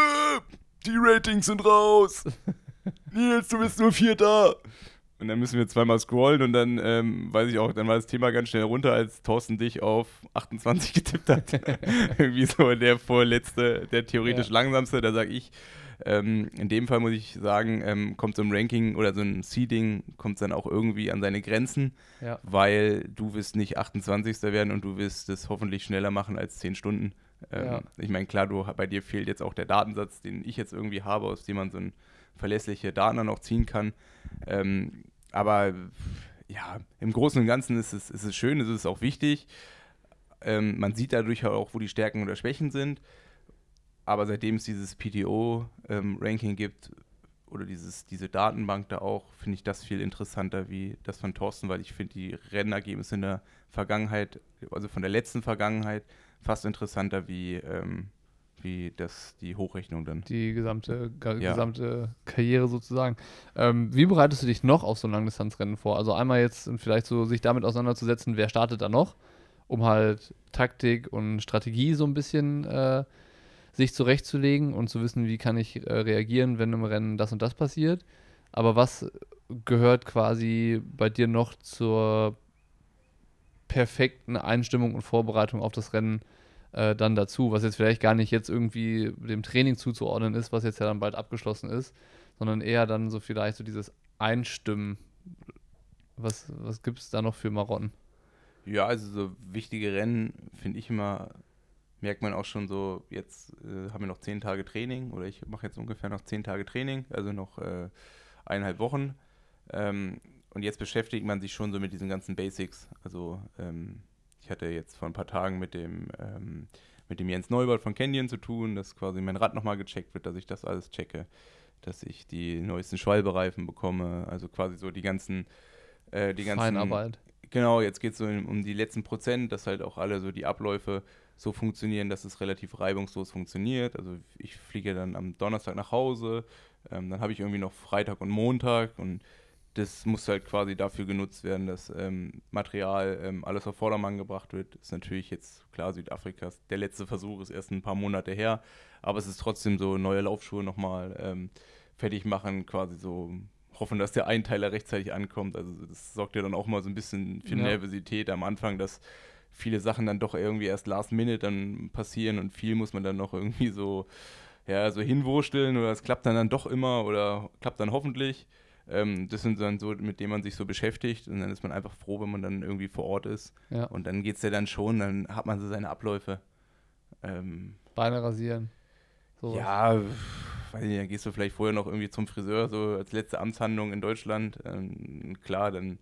die Ratings sind raus. Nils, du bist nur Vierter. Und dann müssen wir zweimal scrollen und dann, ähm, weiß ich auch, dann war das Thema ganz schnell runter, als Thorsten dich auf achtundzwanzig getippt hat. Irgendwie so der vorletzte, der theoretisch Ja. langsamste, da sage ich, ähm, in dem Fall muss ich sagen, ähm, kommt so ein Ranking oder so ein Seeding, kommt dann auch irgendwie an seine Grenzen, Ja. weil du wirst nicht achtundzwanzigster werden und du wirst es hoffentlich schneller machen als zehn Stunden. Ähm, Ja. Ich meine, klar, du, bei dir fehlt jetzt auch der Datensatz, den ich jetzt irgendwie habe, aus dem man so ein verlässliche Daten dann auch ziehen kann. Ähm, aber ja, im Großen und Ganzen ist es, ist es schön, es ist auch wichtig. Ähm, man sieht dadurch auch, wo die Stärken oder Schwächen sind. Aber seitdem es dieses P T O-Ranking ähm, gibt oder dieses, diese Datenbank da auch, finde ich das viel interessanter wie das von Thorsten, weil ich finde die Rennergebnisse in der Vergangenheit, also von der letzten Vergangenheit, fast interessanter wie, ähm, wie das, die Hochrechnung dann. Die gesamte, ga, Ja. gesamte Karriere sozusagen. Ähm, wie bereitest du dich noch auf so ein Langdistanzrennen vor? Also einmal jetzt vielleicht so sich damit auseinanderzusetzen, wer startet da noch, um halt Taktik und Strategie so ein bisschen äh, sich zurechtzulegen und zu wissen, wie kann ich äh, reagieren, wenn im Rennen das und das passiert. Aber was gehört quasi bei dir noch zur perfekten Einstimmung und Vorbereitung auf das Rennen äh, dann dazu, was jetzt vielleicht gar nicht jetzt irgendwie dem Training zuzuordnen ist, was jetzt ja dann bald abgeschlossen ist, sondern eher dann so vielleicht so dieses Einstimmen. Was, was gibt es da noch für Marotten? Ja, also so wichtige Rennen finde ich immer, merkt man auch schon so, jetzt äh, haben wir noch zehn Tage Training oder ich mache jetzt ungefähr noch zehn Tage Training, also noch äh, eineinhalb Wochen. Ähm, und jetzt beschäftigt man sich schon so mit diesen ganzen Basics. Also ähm, ich hatte jetzt vor ein paar Tagen mit dem, ähm, mit dem Jens Neubert von Canyon zu tun, dass quasi mein Rad nochmal gecheckt wird, dass ich das alles checke, dass ich die neuesten Schwalbereifen bekomme, also quasi so die ganzen, äh, die ganzen Feinarbeit. Genau, jetzt geht es so um, um die letzten Prozent, dass halt auch alle so die Abläufe so funktionieren, dass es relativ reibungslos funktioniert. Also ich fliege dann am Donnerstag nach Hause, ähm, dann habe ich irgendwie noch Freitag und Montag und das muss halt quasi dafür genutzt werden, dass ähm, Material ähm, alles auf Vordermann gebracht wird. Ist natürlich jetzt klar, Südafrikas, der letzte Versuch ist erst ein paar Monate her, aber es ist trotzdem so, neue Laufschuhe nochmal ähm, fertig machen, quasi so hoffen, dass der Einteiler rechtzeitig ankommt. Also das sorgt ja dann auch mal so ein bisschen für Ja. Nervosität am Anfang, dass viele Sachen dann doch irgendwie erst last minute dann passieren und viel muss man dann noch irgendwie so, ja, so hinwursteln oder es klappt dann, dann doch immer oder klappt dann hoffentlich. Ähm, das sind dann so, mit denen man sich so beschäftigt und dann ist man einfach froh, wenn man dann irgendwie vor Ort ist. Ja. Und dann geht es ja dann schon, dann hat man so seine Abläufe. Ähm, Beine rasieren. Sowas. ja, weiß nicht, dann gehst du vielleicht vorher noch irgendwie zum Friseur, so als letzte Amtshandlung in Deutschland. Ähm, klar, dann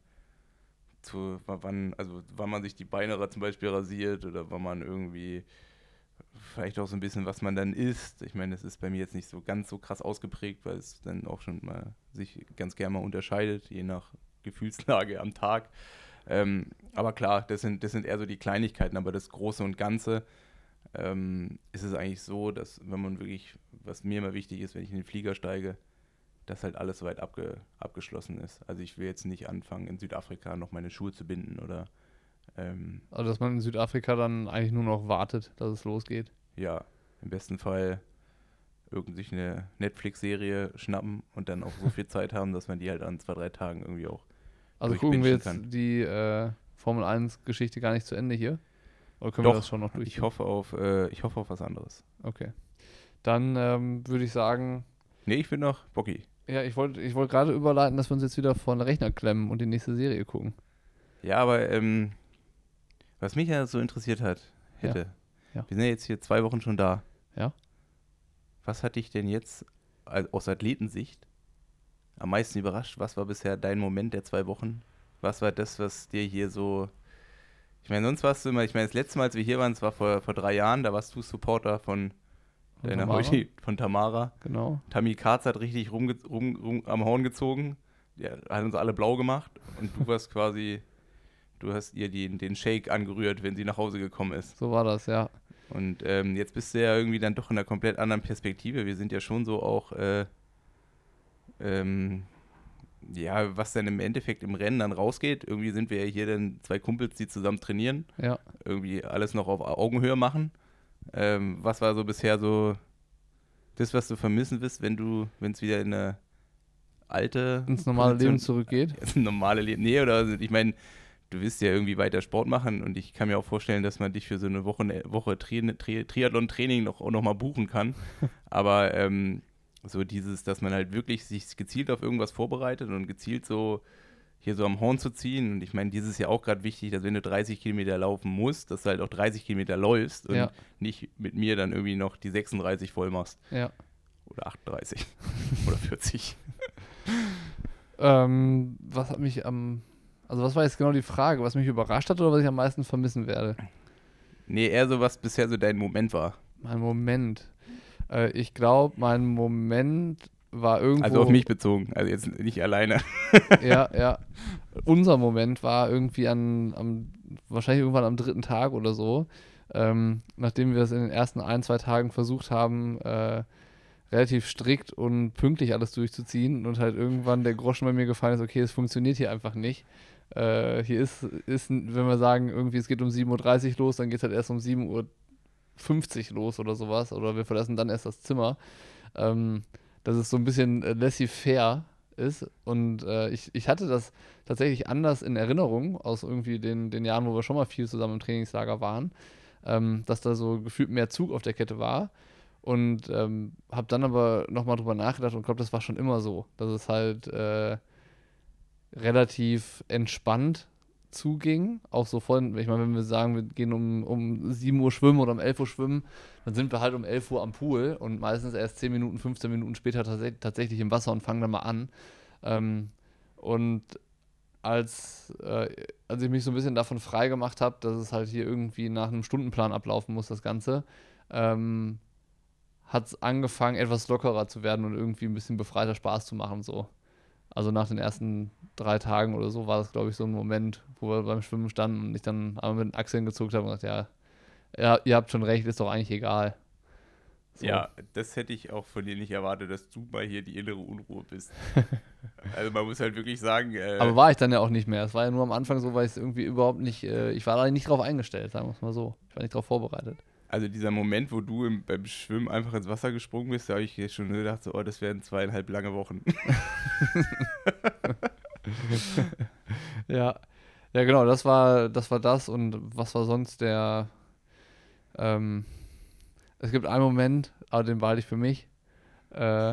zu, wann, also wann man sich die Beine zum Beispiel rasiert oder wann man irgendwie vielleicht auch so ein bisschen, was man dann isst. Ich meine, das ist bei mir jetzt nicht so ganz so krass ausgeprägt, weil es dann auch schon mal sich ganz gerne mal unterscheidet, je nach Gefühlslage am Tag. Ähm, aber klar, das sind, das sind eher so die Kleinigkeiten, aber das Große und Ganze ähm, ist es eigentlich so, dass wenn man wirklich, was mir immer wichtig ist, wenn ich in den Flieger steige, dass halt alles soweit abge, abgeschlossen ist. Also ich will jetzt nicht anfangen, in Südafrika noch meine Schuhe zu binden oder ähm, Also dass man in Südafrika dann eigentlich nur noch wartet, dass es losgeht. ja, im besten Fall irgend sich eine Netflix-Serie schnappen und dann auch so viel Zeit haben, dass man die halt an zwei, drei Tagen irgendwie auch Also gucken wir jetzt kann. die äh, Formel eins Geschichte gar nicht zu Ende hier? Oder können Doch, wir das schon noch durch? ich hoffe auf, äh, ich hoffe auf was anderes. Okay. Dann ähm, würde ich sagen, Nee, ich bin noch Bocky. ja, ich wollte ich wollt gerade überleiten, dass wir uns jetzt wieder vor den Rechner klemmen und die nächste Serie gucken. Ja, aber ähm, was mich ja so interessiert hat, hätte, Ja, ja. wir sind ja jetzt hier zwei Wochen schon da. Ja. Was hat dich denn jetzt als, aus Athletensicht am meisten überrascht? Was war bisher dein Moment der zwei Wochen? Was war das, was dir hier so... Ich meine, sonst warst du immer... Ich meine, das letzte Mal, als wir hier waren, es war vor, vor drei Jahren, da warst du Supporter von, Von deiner Tamara. heuti- von Tamara. Genau. Tammy Katz hat richtig rum, rum, rum am Horn gezogen. Der hat uns alle blau gemacht. Und du warst quasi... Du hast ihr die, den Shake angerührt, wenn sie nach Hause gekommen ist. So war das, ja. Und ähm, jetzt bist du ja irgendwie dann doch in einer komplett anderen Perspektive. Wir sind ja schon so auch, äh, ähm, ja, was dann im Endeffekt im Rennen dann rausgeht. Irgendwie sind wir ja hier dann zwei Kumpels, die zusammen trainieren. Ja. Irgendwie alles noch auf Augenhöhe machen. Ähm, was war so bisher so das, was du vermissen wirst, wenn du, wenn es wieder in eine alte Ins normale Position- Leben zurückgeht. ins normale Leben? Nee, oder also ich meine, du willst ja irgendwie weiter Sport machen und ich kann mir auch vorstellen, dass man dich für so eine Woche, Woche Tri Tri Triathlon-Training noch, auch noch mal buchen kann. Aber ähm, so dieses, dass man halt wirklich sich gezielt auf irgendwas vorbereitet und gezielt so hier so am Horn zu ziehen. Und ich meine, dieses ist ja auch gerade wichtig, dass wenn du dreißig Kilometer laufen musst, dass du halt auch dreißig Kilometer läufst und Ja. nicht mit mir dann irgendwie noch die sechsunddreißig voll machst. Ja. Oder achtunddreißig. Oder vierzig. Ähm, was hat mich am, also was war jetzt genau die Frage, was mich überrascht hat oder was ich am meisten vermissen werde? Nee, eher so, was bisher so dein Moment war. Mein Moment. Äh, ich glaube, mein Moment war irgendwo. Also auf mich bezogen, also jetzt nicht alleine. Ja, ja. Unser Moment war irgendwie an, am, wahrscheinlich irgendwann am dritten Tag oder so, ähm, nachdem wir es in den ersten ein, zwei Tagen versucht haben, äh, relativ strikt und pünktlich alles durchzuziehen und halt irgendwann der Groschen bei mir gefallen ist, okay, es funktioniert hier einfach nicht. Äh, hier ist, ist, wenn wir sagen, irgendwie es geht um sieben Uhr dreißig los, dann geht es halt erst um sieben Uhr fünfzig los oder sowas oder wir verlassen dann erst das Zimmer. Ähm, dass es so ein bisschen äh, laissez-faire ist und äh, ich, ich hatte das tatsächlich anders in Erinnerung aus irgendwie den, den Jahren, wo wir schon mal viel zusammen im Trainingslager waren, ähm, dass da so gefühlt mehr Zug auf der Kette war und ähm, habe dann aber nochmal drüber nachgedacht und glaube, das war schon immer so, dass es halt äh, relativ entspannt zuging, auch so von, ich meine, wenn wir sagen, wir gehen um, um sieben Uhr schwimmen oder um elf Uhr schwimmen, dann sind wir halt um elf Uhr am Pool und meistens erst zehn Minuten, fünfzehn Minuten später tats- tatsächlich im Wasser und fangen dann mal an. Ähm, und als, äh, als ich mich so ein bisschen davon frei gemacht habe, dass es halt hier irgendwie nach einem Stundenplan ablaufen muss, das Ganze, ähm, hat es angefangen, etwas lockerer zu werden und irgendwie ein bisschen befreiter Spaß zu machen, so. Also nach den ersten drei Tagen oder so war das, glaube ich, so ein Moment, wo wir beim Schwimmen standen und ich dann einmal mit den Achseln gezuckt habe und gesagt, ja, ja, ihr habt schon recht, ist doch eigentlich egal. So. Ja, das hätte ich auch von dir nicht erwartet, dass du mal hier die innere Unruhe bist. Also man muss halt wirklich sagen, äh, Aber war ich dann ja auch nicht mehr. Es war ja nur am Anfang so, weil ich es irgendwie überhaupt nicht, äh, ich war da nicht drauf eingestellt, sagen wir es mal so. Ich war nicht drauf vorbereitet. also dieser Moment, wo du im, beim Schwimmen einfach ins Wasser gesprungen bist, da habe ich jetzt schon gedacht, so, oh, das wären zweieinhalb lange Wochen. Ja, ja genau, das war, das war das und was war sonst der, ähm, es gibt einen Moment, aber den behalte ich für mich. Äh,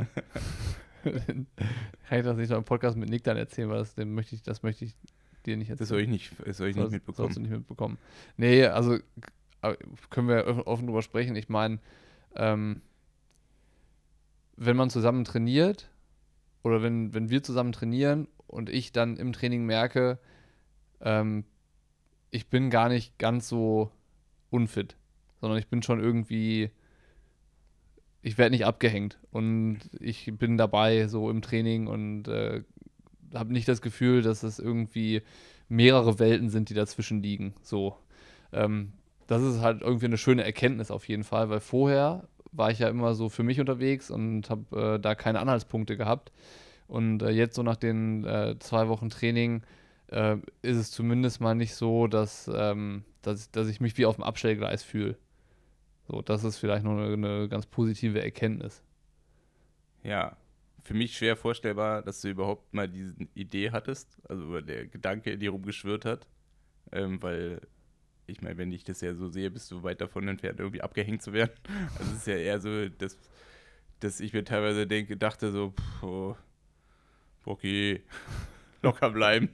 kann ich das nicht noch im Podcast mit Nick dann erzählen, weil das, den möchte ich, das möchte ich dir nicht erzählen. Das soll ich nicht, das soll ich nicht Sollst- mitbekommen. Sollst du nicht mitbekommen. Nee, also äh, können wir offen, offen drüber sprechen. Ich meine, ähm, wenn man zusammen trainiert oder wenn, wenn wir zusammen trainieren und ich dann im Training merke, ähm, ich bin gar nicht ganz so unfit, sondern ich bin schon irgendwie, ich werde nicht abgehängt und ich bin dabei so im Training und äh, habe nicht das Gefühl, dass es irgendwie mehrere Welten sind, die dazwischen liegen. So, ähm, das ist halt irgendwie eine schöne Erkenntnis auf jeden Fall, weil vorher war ich ja immer so für mich unterwegs und habe äh, da keine Anhaltspunkte gehabt. Und äh, jetzt so nach den äh, zwei Wochen Training äh, ist es zumindest mal nicht so, dass, ähm, dass, dass ich mich wie auf dem Abstellgleis fühle. So, das ist vielleicht noch eine, eine ganz positive Erkenntnis. Ja, für mich schwer vorstellbar, dass du überhaupt mal diese Idee hattest, also der Gedanke in dir rumgeschwirrt hat, ähm, weil ich meine, wenn ich das ja so sehe, bist du weit davon entfernt, irgendwie abgehängt zu werden. Also es ist ja eher so, dass, dass ich mir teilweise denke, dachte so, pff, oh, okay, locker bleiben.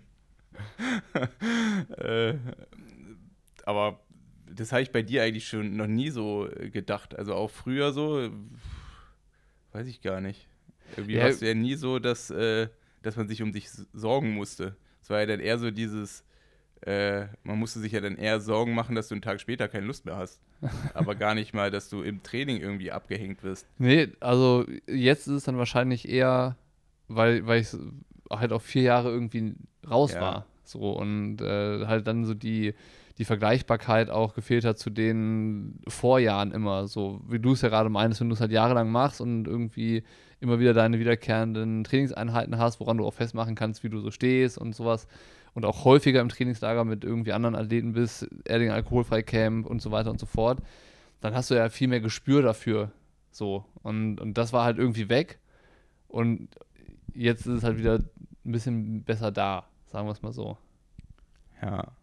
äh, aber das habe ich bei dir eigentlich schon noch nie so gedacht. Also auch früher so, weiß ich gar nicht. Irgendwie Ja. warst du ja nie so, dass, äh, dass man sich um dich s- sorgen musste. Es war ja dann eher so dieses, äh, man musste sich ja dann eher Sorgen machen, dass du einen Tag später keine Lust mehr hast. Aber gar nicht mal, dass du im Training irgendwie abgehängt wirst. Nee, also jetzt ist es dann wahrscheinlich eher, weil, weil ich halt auch vier Jahre irgendwie raus Ja. war. So und äh, halt dann so die, die Vergleichbarkeit auch gefehlt hat zu den Vorjahren immer. So wie du es ja gerade meinst, wenn du es halt jahrelang machst und irgendwie immer wieder deine wiederkehrenden Trainingseinheiten hast, woran du auch festmachen kannst, wie du so stehst und sowas. Und auch häufiger im Trainingslager mit irgendwie anderen Athleten bist, Erding Alkoholfrei-Camp und so weiter und so fort, dann hast du ja viel mehr Gespür dafür. So. Und, und das war halt irgendwie weg. Und jetzt ist es halt wieder ein bisschen besser da, sagen wir es mal so. Ja.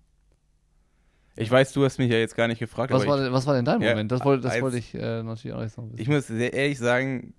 Ich weiß, du hast mich ja jetzt gar nicht gefragt. Was, aber war, ich, denn, was war denn dein Ja, Moment? Das wollte, das eins- wollte ich äh, natürlich auch jetzt noch wissen. ich muss sehr ehrlich sagen,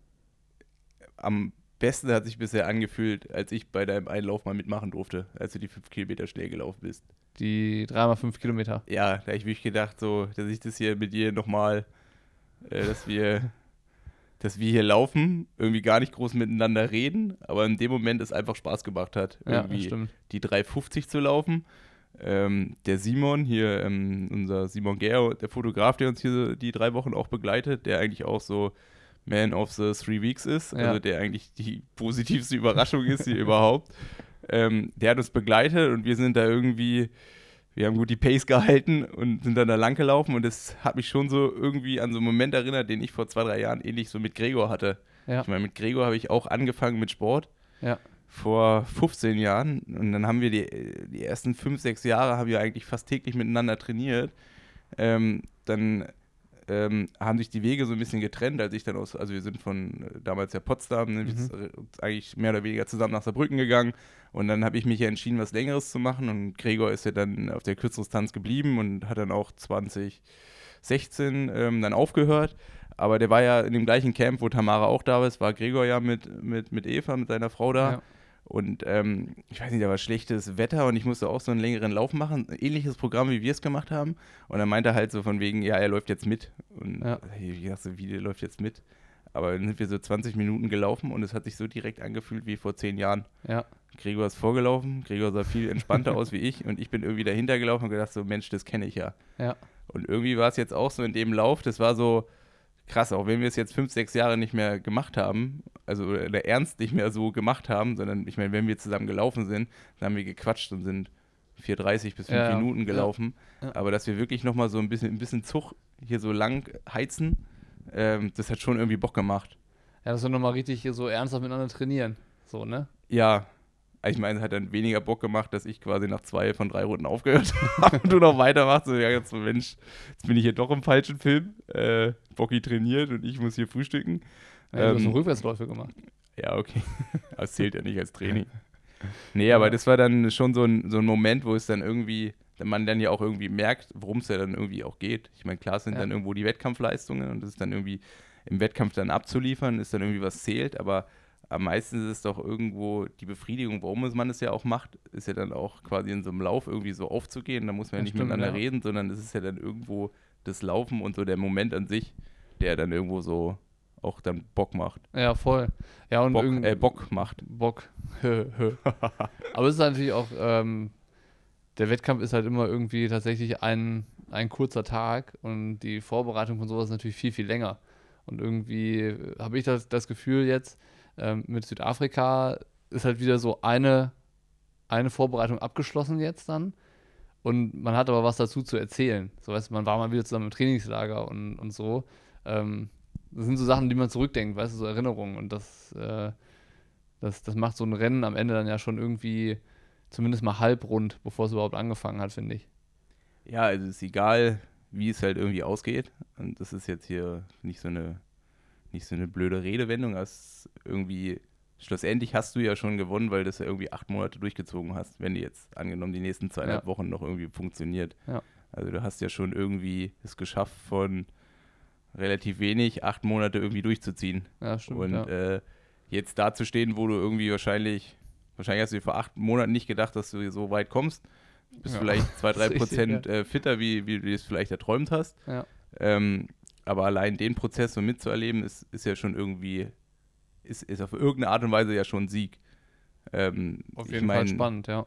am besten hat sich bisher angefühlt, als ich bei deinem Einlauf mal mitmachen durfte, als du die fünf Kilometer schnell gelaufen bist. Die drei mal fünf Kilometer. Ja, da habe ich wirklich gedacht, so, dass ich das hier mit dir nochmal, äh, dass wir, dass wir hier laufen, irgendwie gar nicht groß miteinander reden, aber in dem Moment es einfach Spaß gemacht hat, Ja, irgendwie stimmt. die drei fünfzig zu laufen. Ähm, der Simon hier, ähm, unser Simon Gär, der Fotograf, der uns hier die drei Wochen auch begleitet, der eigentlich auch so Man of the Three Weeks ist, Ja. also der eigentlich die positivste Überraschung ist hier überhaupt. Ähm, der hat uns begleitet und wir sind da irgendwie, wir haben gut die Pace gehalten und sind dann da lang gelaufen und das hat mich schon so irgendwie an so einen Moment erinnert, den ich vor zwei, drei Jahren ähnlich so mit Gregor hatte. Ja. Ich meine, mit Gregor habe ich auch angefangen mit Sport Ja. vor fünfzehn Jahren und dann haben wir die, die ersten fünf, sechs Jahre haben wir eigentlich fast täglich miteinander trainiert. Ähm, dann ähm, haben sich die Wege so ein bisschen getrennt, als ich dann aus, also wir sind von äh, damals ja Potsdam, ne, wir Mhm. sind äh, eigentlich mehr oder weniger zusammen nach Saarbrücken gegangen und dann habe ich mich ja entschieden, was Längeres zu machen und Gregor ist ja dann auf der Kürzdistanz geblieben und hat dann auch zwanzig sechzehn ähm, dann aufgehört. Aber der war ja in dem gleichen Camp, wo Tamara auch da war. Es war Gregor ja mit, mit, mit Eva, mit seiner Frau da. Ja. Und ähm, ich weiß nicht, da war schlechtes Wetter und ich musste auch so einen längeren Lauf machen. Ähnliches Programm, wie wir es gemacht haben. Und dann meinte er halt so von wegen, ja, er läuft jetzt mit. Und Ja. ich dachte so, wie, der läuft jetzt mit? Aber dann sind wir so zwanzig Minuten gelaufen und es hat sich so direkt angefühlt wie vor zehn Jahren. Ja. Gregor ist vorgelaufen, Gregor sah viel entspannter aus wie ich und ich bin irgendwie dahinter gelaufen und gedacht so, Mensch, das kenne ich ja. Ja. Und irgendwie war es jetzt auch so in dem Lauf, das war so krass, auch wenn wir es jetzt fünf, sechs Jahre nicht mehr gemacht haben, also oder ernst nicht mehr so gemacht haben, sondern ich meine, wenn wir zusammen gelaufen sind, dann haben wir gequatscht und sind vier dreißig bis fünf Ja, ja. Minuten gelaufen. Ja. Aber dass wir wirklich nochmal so ein bisschen, ein bisschen Zug hier so lang heizen, ähm, das hat schon irgendwie Bock gemacht. Ja, dass wir nochmal richtig hier so ernsthaft miteinander trainieren. So, ne? Ja, ich meine, es hat dann weniger Bock gemacht, dass ich quasi nach zwei von drei Runden aufgehört habe und du noch weitermachst. So, ja, jetzt so, Mensch, jetzt bin ich hier doch im falschen Film. Äh, Bocky trainiert und ich muss hier frühstücken. Ja, du hast so Ähm, Rückwärtsläufe gemacht. Ja, okay. Das zählt ja nicht als Training. Nee, aber das war dann schon so ein, so ein Moment, wo es dann irgendwie, wenn man dann ja auch irgendwie merkt, worum es ja dann irgendwie auch geht. Ich meine, klar sind Ja. dann irgendwo die Wettkampfleistungen und das ist dann irgendwie im Wettkampf dann abzuliefern, ist dann irgendwie was zählt, aber am meisten ist es doch irgendwo die Befriedigung, warum es man es ja auch macht, ist ja dann auch quasi in so einem Lauf irgendwie so aufzugehen. Da muss man ja Das nicht stimmt, miteinander ja. reden, sondern es ist ja dann irgendwo das Laufen und so der Moment an sich, der dann irgendwo so auch dann Bock macht. Ja, voll. Ja, und Bock, irgend- äh, Bock macht. Bock. Hö, hö. Aber es ist natürlich auch, ähm, der Wettkampf ist halt immer irgendwie tatsächlich ein, ein kurzer Tag und die Vorbereitung von sowas ist natürlich viel, viel länger. Und irgendwie äh, habe ich das, das Gefühl jetzt, ähm, mit Südafrika ist halt wieder so eine, eine Vorbereitung abgeschlossen jetzt dann. Und man hat aber was dazu zu erzählen. So, weißt du, man war mal wieder zusammen im Trainingslager und, und so. Ähm, das sind so Sachen, die man zurückdenkt, weißt du, so Erinnerungen. Und das, äh, das, das macht so ein Rennen am Ende dann ja schon irgendwie zumindest mal halb rund, bevor es überhaupt angefangen hat, finde ich. Ja, also es ist egal, wie es halt irgendwie ausgeht. Und das ist jetzt hier nicht so eine, nicht so eine blöde Redewendung. Das ist irgendwie, schlussendlich hast du ja schon gewonnen, weil du das ja irgendwie acht Monate durchgezogen hast, wenn die jetzt angenommen die nächsten zweieinhalb Ja. Wochen noch irgendwie funktioniert. Ja. Also du hast ja schon irgendwie es geschafft, von relativ wenig acht Monate irgendwie durchzuziehen. Ja, stimmt. Und ja. äh, jetzt da zu stehen, wo du irgendwie wahrscheinlich, wahrscheinlich hast du dir vor acht Monaten nicht gedacht, dass du so weit kommst. Du bist Ja, vielleicht zwei, das ist drei Prozent richtig, äh, fitter, wie, wie du es vielleicht erträumt hast. Ja. Ähm, aber allein den Prozess so mitzuerleben, ist, ist ja schon irgendwie, ist, ist auf irgendeine Art und Weise ja schon ein Sieg. Ähm, Auf ich jeden Fall mein, spannend, ja.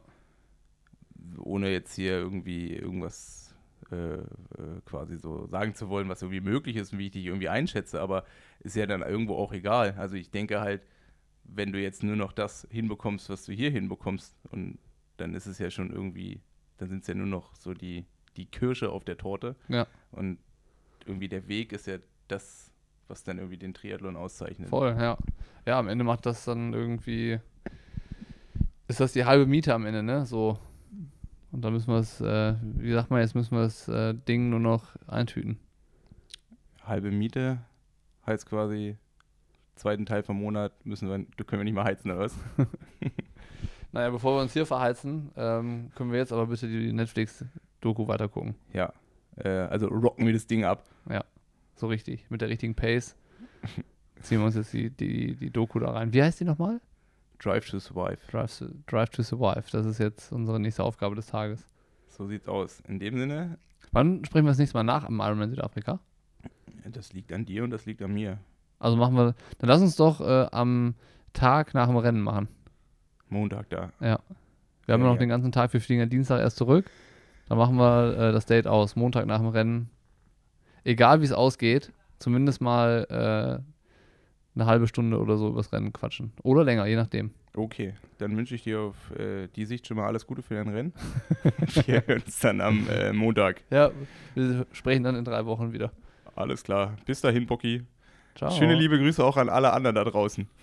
ohne jetzt hier irgendwie irgendwas äh, äh, quasi so sagen zu wollen, was irgendwie möglich ist und wie ich dich irgendwie einschätze, aber ist ja dann irgendwo auch egal. Also ich denke halt, wenn du jetzt nur noch das hinbekommst, was du hier hinbekommst, und dann ist es ja schon irgendwie, dann sind es ja nur noch so die die Kirsche auf der Torte. Ja. Und irgendwie der Weg ist ja das, was dann irgendwie den Triathlon auszeichnet. Voll, ja. Ja, am Ende macht das dann irgendwie, ist das die halbe Miete am Ende, ne? So. Und dann müssen wir es, äh, wie sagt man, jetzt müssen wir das äh, Ding nur noch eintüten. Halbe Miete heißt quasi, zweiten Teil vom Monat müssen wir, können wir nicht mehr heizen, oder was? Naja, bevor wir uns hier verheizen, ähm, können wir jetzt aber bitte die Netflix-Doku weitergucken. Ja, äh, also rocken wir das Ding ab. Ja, so richtig, mit der richtigen Pace. Ziehen wir uns jetzt die, die, die Doku da rein. Wie heißt die nochmal? Drive to Survive. Drive to, Drive to Survive. Das ist jetzt unsere nächste Aufgabe des Tages. So sieht's aus. In dem Sinne, Wann sprechen wir das nächste Mal nach am Ironman Südafrika? das liegt an dir und das liegt an mir. Also machen wir, dann lass uns doch äh, am Tag nach dem Rennen machen. Montag da. Ja. Wir haben ja Ja, noch ja. den ganzen Tag, wir fliegen ja Dienstag erst zurück. Dann machen wir äh, das Date aus, Montag nach dem Rennen. Egal wie es ausgeht, zumindest mal äh, eine halbe Stunde oder so übers Rennen quatschen. Oder länger, je nachdem. Okay, dann wünsche ich dir auf äh, die Sicht schon mal alles Gute für dein Rennen. Wir hören uns dann am äh, Montag. Ja, wir sprechen dann in drei Wochen wieder. Alles klar. Bis dahin, Bocky. Ciao. Schöne liebe Grüße auch an alle anderen da draußen.